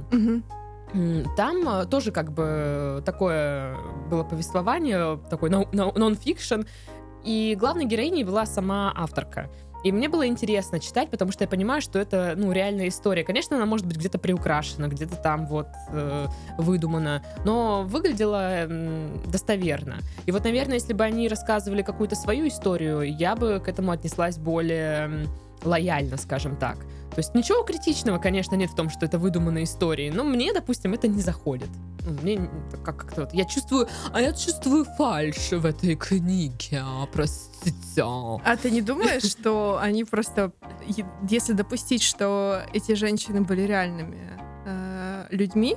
[SPEAKER 1] там тоже как бы такое было повествование, такой нон-фикшн, и главной героиней была сама авторка. И мне было интересно читать, потому что я понимаю, что это, ну, реальная история. Конечно, она может быть где-то приукрашена, где-то там вот выдумана, но выглядела достоверно. И вот, наверное, если бы они рассказывали какую-то свою историю, я бы к этому отнеслась более лояльно, скажем так. То есть ничего критичного, конечно, нет в том, что это выдуманные истории, но мне, допустим, это не заходит. Мне как-то вот я чувствую фальшь в этой книге, простите.
[SPEAKER 2] А ты не думаешь, что они просто, если допустить, что эти женщины были реальными людьми,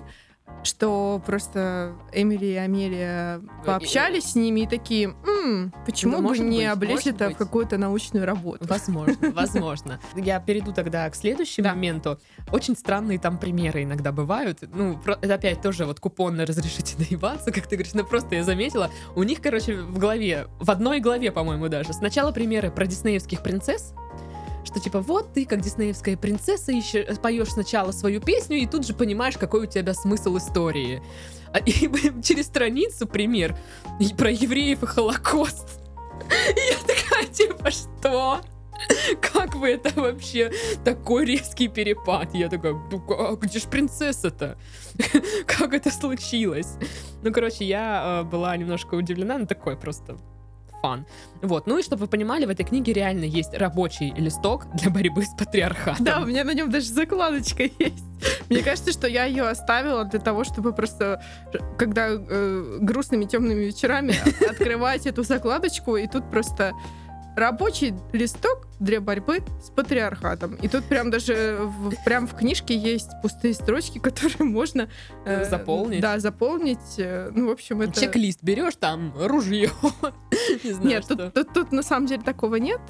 [SPEAKER 2] что просто Эмили и Амелия пообщались с ними и такие, почему бы не облечь это в какую-то научную работу?
[SPEAKER 1] Возможно. Я перейду тогда к следующему моменту. Очень странные там примеры иногда бывают. Ну, это опять тоже вот купон на «разрешите доебаться», как ты говоришь, ну просто я заметила. У них, короче, в одной главе, по-моему, даже. Сначала примеры про диснеевских принцесс, что типа вот ты как диснеевская принцесса поешь сначала свою песню и тут же понимаешь, какой у тебя смысл истории. И через страницу пример про евреев и Холокост. И я такая типа, что? Как вы это вообще? Такой резкий перепад. Я такая, где ж принцесса-то? Как это случилось? Ну, короче, я была немножко удивлена, но такое просто... фан. Вот. Ну и чтобы вы понимали, в этой книге реально есть рабочий листок для борьбы с патриархатом.
[SPEAKER 2] Да, у меня на нем даже закладочка есть. Мне кажется, что я ее оставила для того, чтобы просто, когда грустными темными вечерами открывать эту закладочку, и тут просто рабочий листок для борьбы с патриархатом. И тут прям даже прям в книжке есть пустые строчки, которые можно
[SPEAKER 1] заполнить.
[SPEAKER 2] Да, заполнить. Ну, в общем, это...
[SPEAKER 1] Чек-лист берешь, там ружье.
[SPEAKER 2] Нет, тут на самом деле такого нет.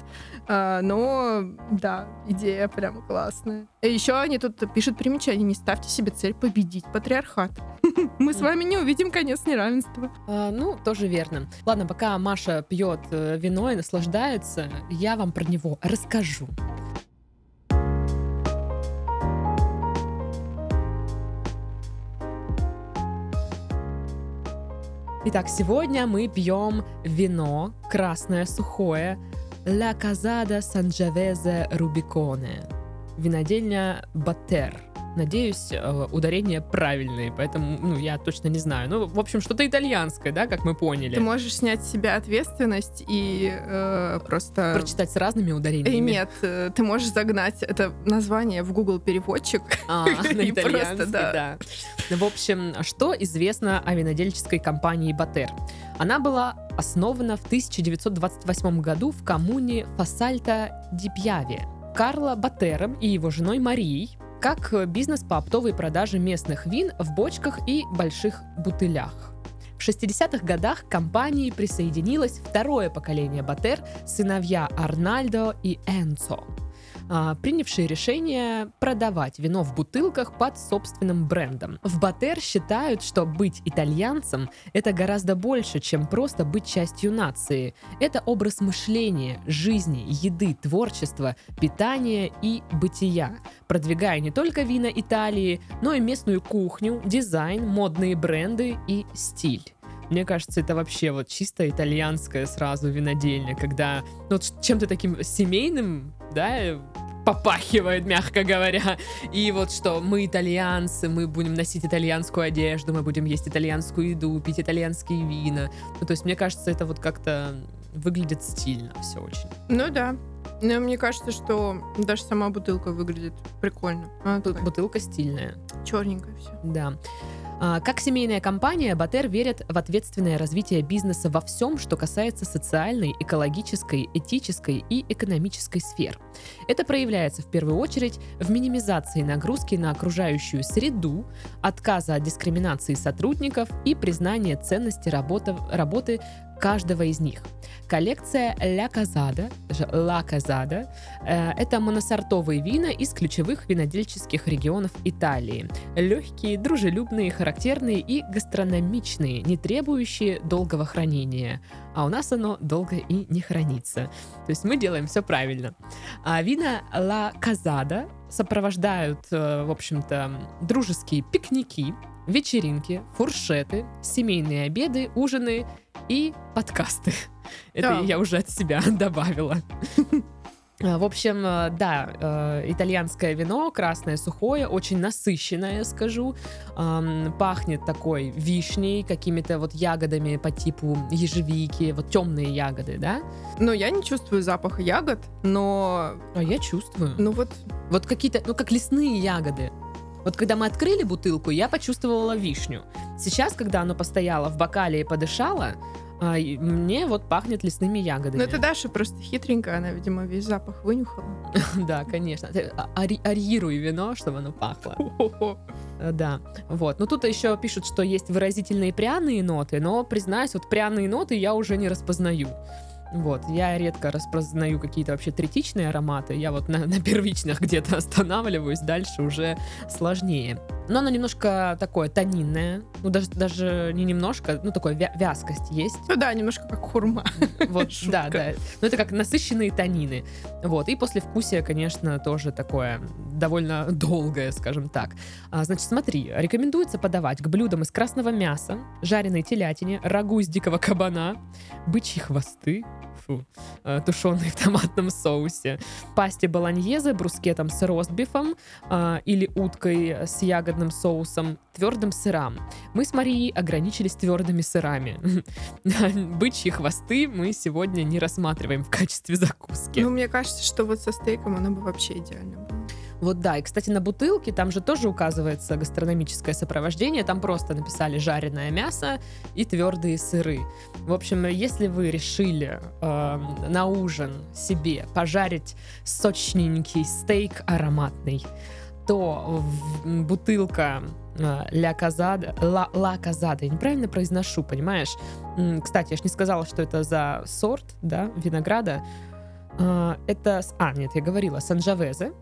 [SPEAKER 2] Но, да, идея прям классная. Еще они тут пишут примечание: не ставьте себе цель победить патриархат. Мы с вами не увидим конец неравенства.
[SPEAKER 1] Ну, тоже верно. Ладно, пока Маша пьет вино и наслаждается, я вам про него расскажу. Итак, сегодня мы пьем вино красное, сухое La Casada Sangiovese Rubicone. Винодельня Батер. Надеюсь, ударения правильные, поэтому, я точно не знаю. Ну, в общем, что-то итальянское, да, как мы поняли.
[SPEAKER 2] Ты можешь снять с себя ответственность и просто...
[SPEAKER 1] Прочитать с разными ударениями.
[SPEAKER 2] Нет, ты можешь загнать это название в Google переводчик.
[SPEAKER 1] На итальянский, да. В общем, что известно о винодельческой компании Батер? Она была основана в 1928 году в коммуне Фассальта-ди-Пьяве Карло Батером и его женой Марией, как бизнес по оптовой продаже местных вин в бочках и больших бутылях. В 60-х годах к компании присоединилось второе поколение Батер, сыновья Арнальдо и Энцо. принявшие решение продавать вино в бутылках под собственным брендом. В Батэр считают, что быть итальянцем — это гораздо больше, чем просто быть частью нации. Это образ мышления, жизни, еды, творчества, питания и бытия, продвигая не только вина Италии, но и местную кухню, дизайн, модные бренды и стиль. Мне кажется, это вообще вот чисто итальянское сразу винодельня, когда вот чем-то таким семейным, да, попахивает, мягко говоря. И вот что мы итальянцы, мы будем носить итальянскую одежду, мы будем есть итальянскую еду, пить итальянские вина. Ну, то есть, мне кажется, это вот как-то выглядит стильно все очень.
[SPEAKER 2] Ну да. Но мне кажется, что даже сама бутылка выглядит прикольно.
[SPEAKER 1] Бутылка стильная.
[SPEAKER 2] Черненькая все.
[SPEAKER 1] Да. Как семейная компания, Батэр верит в ответственное развитие бизнеса во всем, что касается социальной, экологической, этической и экономической сфер. Это проявляется в первую очередь в минимизации нагрузки на окружающую среду, отказа от дискриминации сотрудников и признания ценности работы каждого из них. Коллекция La Casada – это моносортовые вина из ключевых винодельческих регионов Италии. Легкие, дружелюбные, характерные и гастрономичные, не требующие долгого хранения. А у нас оно долго и не хранится. То есть мы делаем все правильно. А вина La Casada сопровождают, в общем-то, дружеские пикники, вечеринки, фуршеты, семейные обеды, ужины и подкасты. Это я уже от себя добавила. В общем, да, итальянское вино, красное, сухое, очень насыщенное, скажу. Пахнет такой вишней, какими-то вот ягодами по типу ежевики, вот темные ягоды, да?
[SPEAKER 2] Ну, я не чувствую запаха ягод, но...
[SPEAKER 1] А я чувствую.
[SPEAKER 2] Ну вот...
[SPEAKER 1] Вот какие-то, ну как лесные ягоды. Вот когда мы открыли бутылку, я почувствовала вишню. Сейчас, когда оно постояло в бокале и подышало, мне вот пахнет лесными ягодами.
[SPEAKER 2] Ну это Даша просто хитренькая, она, видимо, весь запах вынюхала.
[SPEAKER 1] Да, конечно. Арируй вино, чтобы оно пахло. Да, вот. Но тут еще пишут, что есть выразительные пряные ноты, но, признаюсь, вот пряные ноты я уже не распознаю. Вот, я редко распознаю какие-то вообще третичные ароматы, я вот на первичных где-то останавливаюсь, дальше уже сложнее. Но оно немножко такое тонинное, ну даже не немножко, ну такое вязкость есть.
[SPEAKER 2] Ну да, немножко как хурма.
[SPEAKER 1] Вот, да, да. Но это как насыщенные тонины. Вот, и послевкусие, конечно, тоже такое довольно долгое, скажем так. Значит, смотри, рекомендуется подавать к блюдам из красного мяса, жареной телятине, рагу из дикого кабана, бычьи хвосты, тушеные в томатном соусе, пасте болоньезе, брускетом с ростбифом или уткой с ягодным соусом, твердым сырам. Мы с Марией ограничились твердыми сырами. Бычьи хвосты мы сегодня не рассматриваем в качестве закуски.
[SPEAKER 2] Ну, мне кажется, что вот со стейком оно бы вообще идеально было.
[SPEAKER 1] Вот да, и, кстати, на бутылке там же тоже указывается гастрономическое сопровождение, там просто написали жареное мясо и твердые сыры. В общем, если вы решили на ужин себе пожарить сочненький стейк ароматный, то бутылка La Casada, я неправильно произношу, понимаешь? Кстати, я ж не сказала, что это за сорт, да, винограда. Это, нет, я говорила, Санджавезе.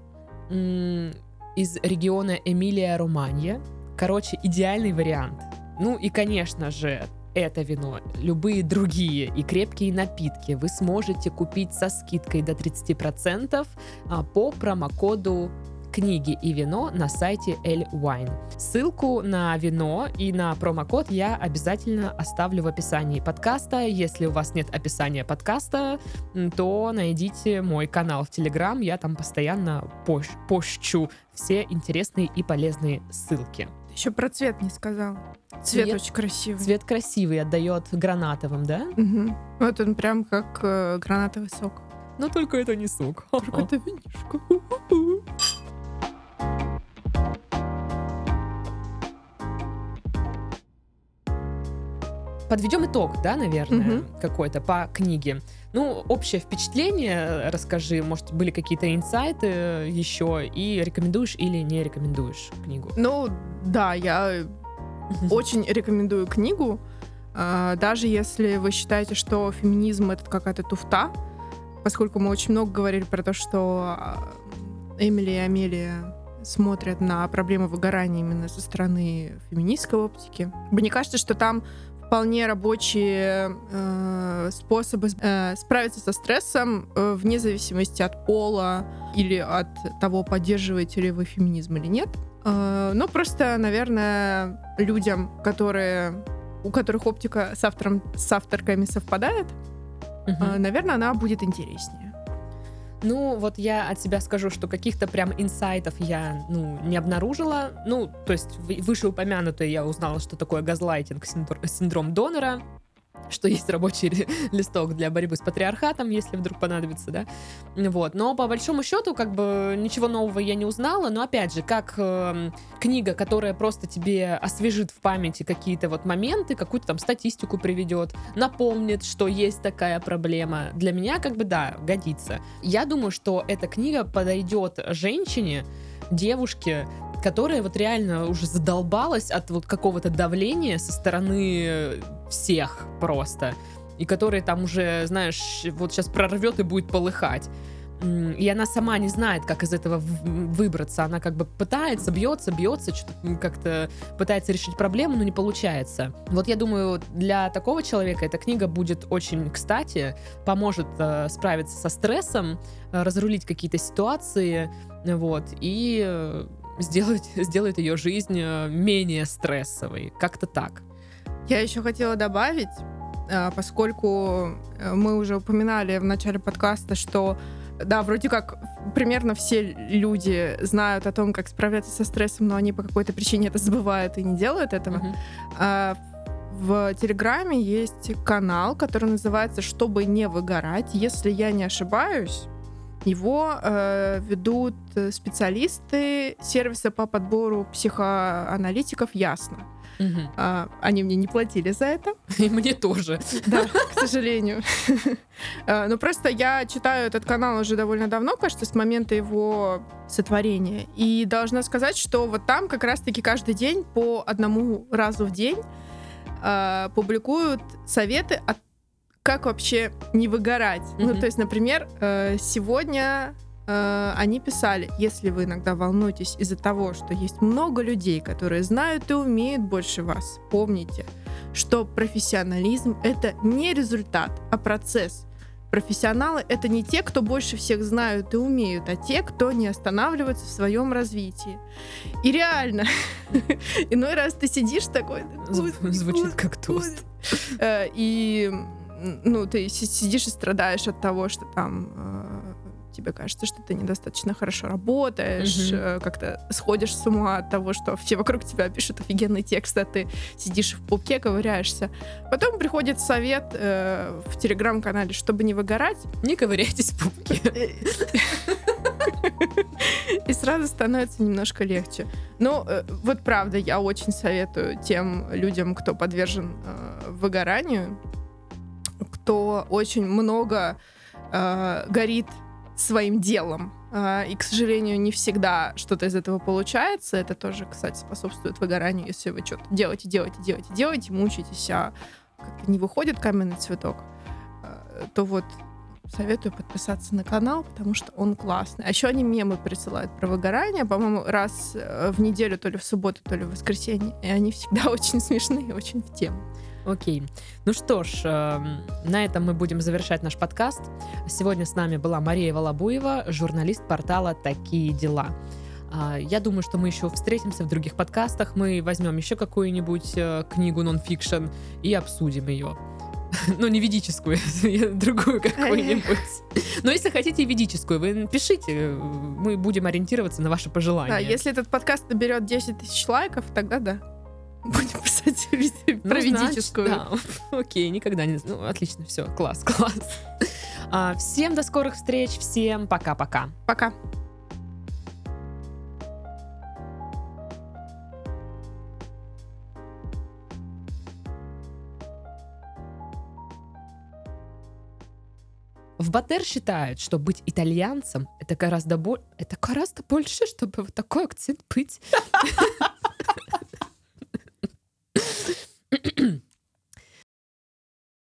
[SPEAKER 1] Из региона Эмилия-Романья. Короче, идеальный вариант. Ну и, конечно же, это вино, любые другие и крепкие напитки вы сможете купить со скидкой до 30% по промокоду книги и вино на сайте L-Wine. Ссылку на вино и на промокод я обязательно оставлю в описании подкаста. Если у вас нет описания подкаста, то найдите мой канал в Telegram. Я там постоянно пощу все интересные и полезные ссылки.
[SPEAKER 2] Ты еще про цвет не сказала. Цвет очень красивый.
[SPEAKER 1] Цвет красивый, отдает гранатовым, да?
[SPEAKER 2] Угу. Вот он прям как гранатовый сок.
[SPEAKER 1] Но только это не сок.
[SPEAKER 2] Только это винишко.
[SPEAKER 1] Подведем итог, да, наверное, какой-то по книге. Ну, общее впечатление расскажи, может, были какие-то инсайты еще, и рекомендуешь или не рекомендуешь книгу?
[SPEAKER 2] Ну, да, я очень рекомендую книгу, даже если вы считаете, что феминизм — это какая-то туфта, поскольку мы очень много говорили про то, что Эмили и Амелия смотрят на проблему выгорания именно со стороны феминистской оптики. Мне кажется, что там вполне рабочие способы справиться со стрессом вне зависимости от пола или от того, поддерживаете ли вы феминизм или нет. Но просто, наверное, людям, у которых оптика с авторками совпадает, наверное, она будет интереснее.
[SPEAKER 1] Ну, вот я от себя скажу, что каких-то прям инсайтов я, не обнаружила. То есть вышеупомянутое я узнала, что такое газлайтинг, синдром донора, что есть рабочий листок для борьбы с патриархатом, если вдруг понадобится, да. Вот. Но по большому счету, ничего нового я не узнала, но опять же, как книга, которая просто тебе освежит в памяти какие-то вот моменты, какую-то там статистику приведет, напомнит, что есть такая проблема. Для меня да, годится. Я думаю, что эта книга подойдет женщине, девушке, которая вот реально уже задолбалась от вот какого-то давления со стороны всех просто, и которая там уже, знаешь, вот сейчас прорвет и будет полыхать. И она сама не знает, как из этого выбраться. Она пытается, бьется, что-то как-то пытается решить проблему, но не получается. Вот я думаю, для такого человека эта книга будет очень кстати, поможет справиться со стрессом, разрулить какие-то ситуации, вот, и сделает ее жизнь менее стрессовой. Как-то так.
[SPEAKER 2] Я еще хотела добавить, поскольку мы уже упоминали в начале подкаста, что да, вроде как примерно все люди знают о том, как справляться со стрессом, но они по какой-то причине это забывают и не делают этого. В Телеграме есть канал, который называется «Чтобы не выгорать». Если я не ошибаюсь, его ведут специалисты сервиса по подбору психоаналитиков «Ясно». Они мне не платили за это.
[SPEAKER 1] И мне тоже.
[SPEAKER 2] Да, к сожалению. Но просто я читаю этот канал уже довольно давно, кажется, с момента его сотворения. И должна сказать, что вот там как раз-таки каждый день по одному разу в день публикуют советы, как вообще не выгорать. То есть, например, сегодня они писали: если вы иногда волнуетесь из-за того, что есть много людей, которые знают и умеют больше вас, помните, что профессионализм — это не результат, а процесс. Профессионалы — это не те, кто больше всех знают и умеют, а те, кто не останавливается в своем развитии. И реально, иной раз ты сидишь такой...
[SPEAKER 1] Звучит как тост.
[SPEAKER 2] И ты сидишь и страдаешь от того, что там... тебе кажется, что ты недостаточно хорошо работаешь, как-то сходишь с ума от того, что все вокруг тебя пишут офигенный текст, а ты сидишь в пупке, ковыряешься. Потом приходит совет в телеграм-канале, чтобы не выгорать.
[SPEAKER 1] Не ковыряйтесь в пупке.
[SPEAKER 2] И сразу становится немножко легче. Вот правда, я очень советую тем людям, кто подвержен выгоранию, кто очень много горит своим делом. И, к сожалению, не всегда что-то из этого получается. Это тоже, кстати, способствует выгоранию. Если вы что-то делаете, мучаетесь, а как-то не выходит каменный цветок, то вот советую подписаться на канал, потому что он классный. А еще они мемы присылают про выгорание, по-моему, раз в неделю, то ли в субботу, то ли в воскресенье. И они всегда очень смешные, очень в тему.
[SPEAKER 1] Окей. Ну что ж, на этом мы будем завершать наш подкаст. Сегодня с нами была Мария Волобуева, журналист портала «Такие дела». Я думаю, что мы еще встретимся в других подкастах. Мы возьмем еще какую-нибудь книгу нон-фикшн и обсудим ее. Не ведическую, другую какую-нибудь. Но если хотите ведическую, вы пишите, мы будем ориентироваться на ваши пожелания.
[SPEAKER 2] Да, если этот подкаст наберет 10 тысяч лайков, тогда да. Будем писать про ведическую.
[SPEAKER 1] Значит, да. Окей, никогда не... отлично, все, класс. Всем до скорых встреч, всем пока-пока.
[SPEAKER 2] Пока.
[SPEAKER 1] В Батэр считают, что быть итальянцем — это гораздо больше, чтобы вот такой акцент быть.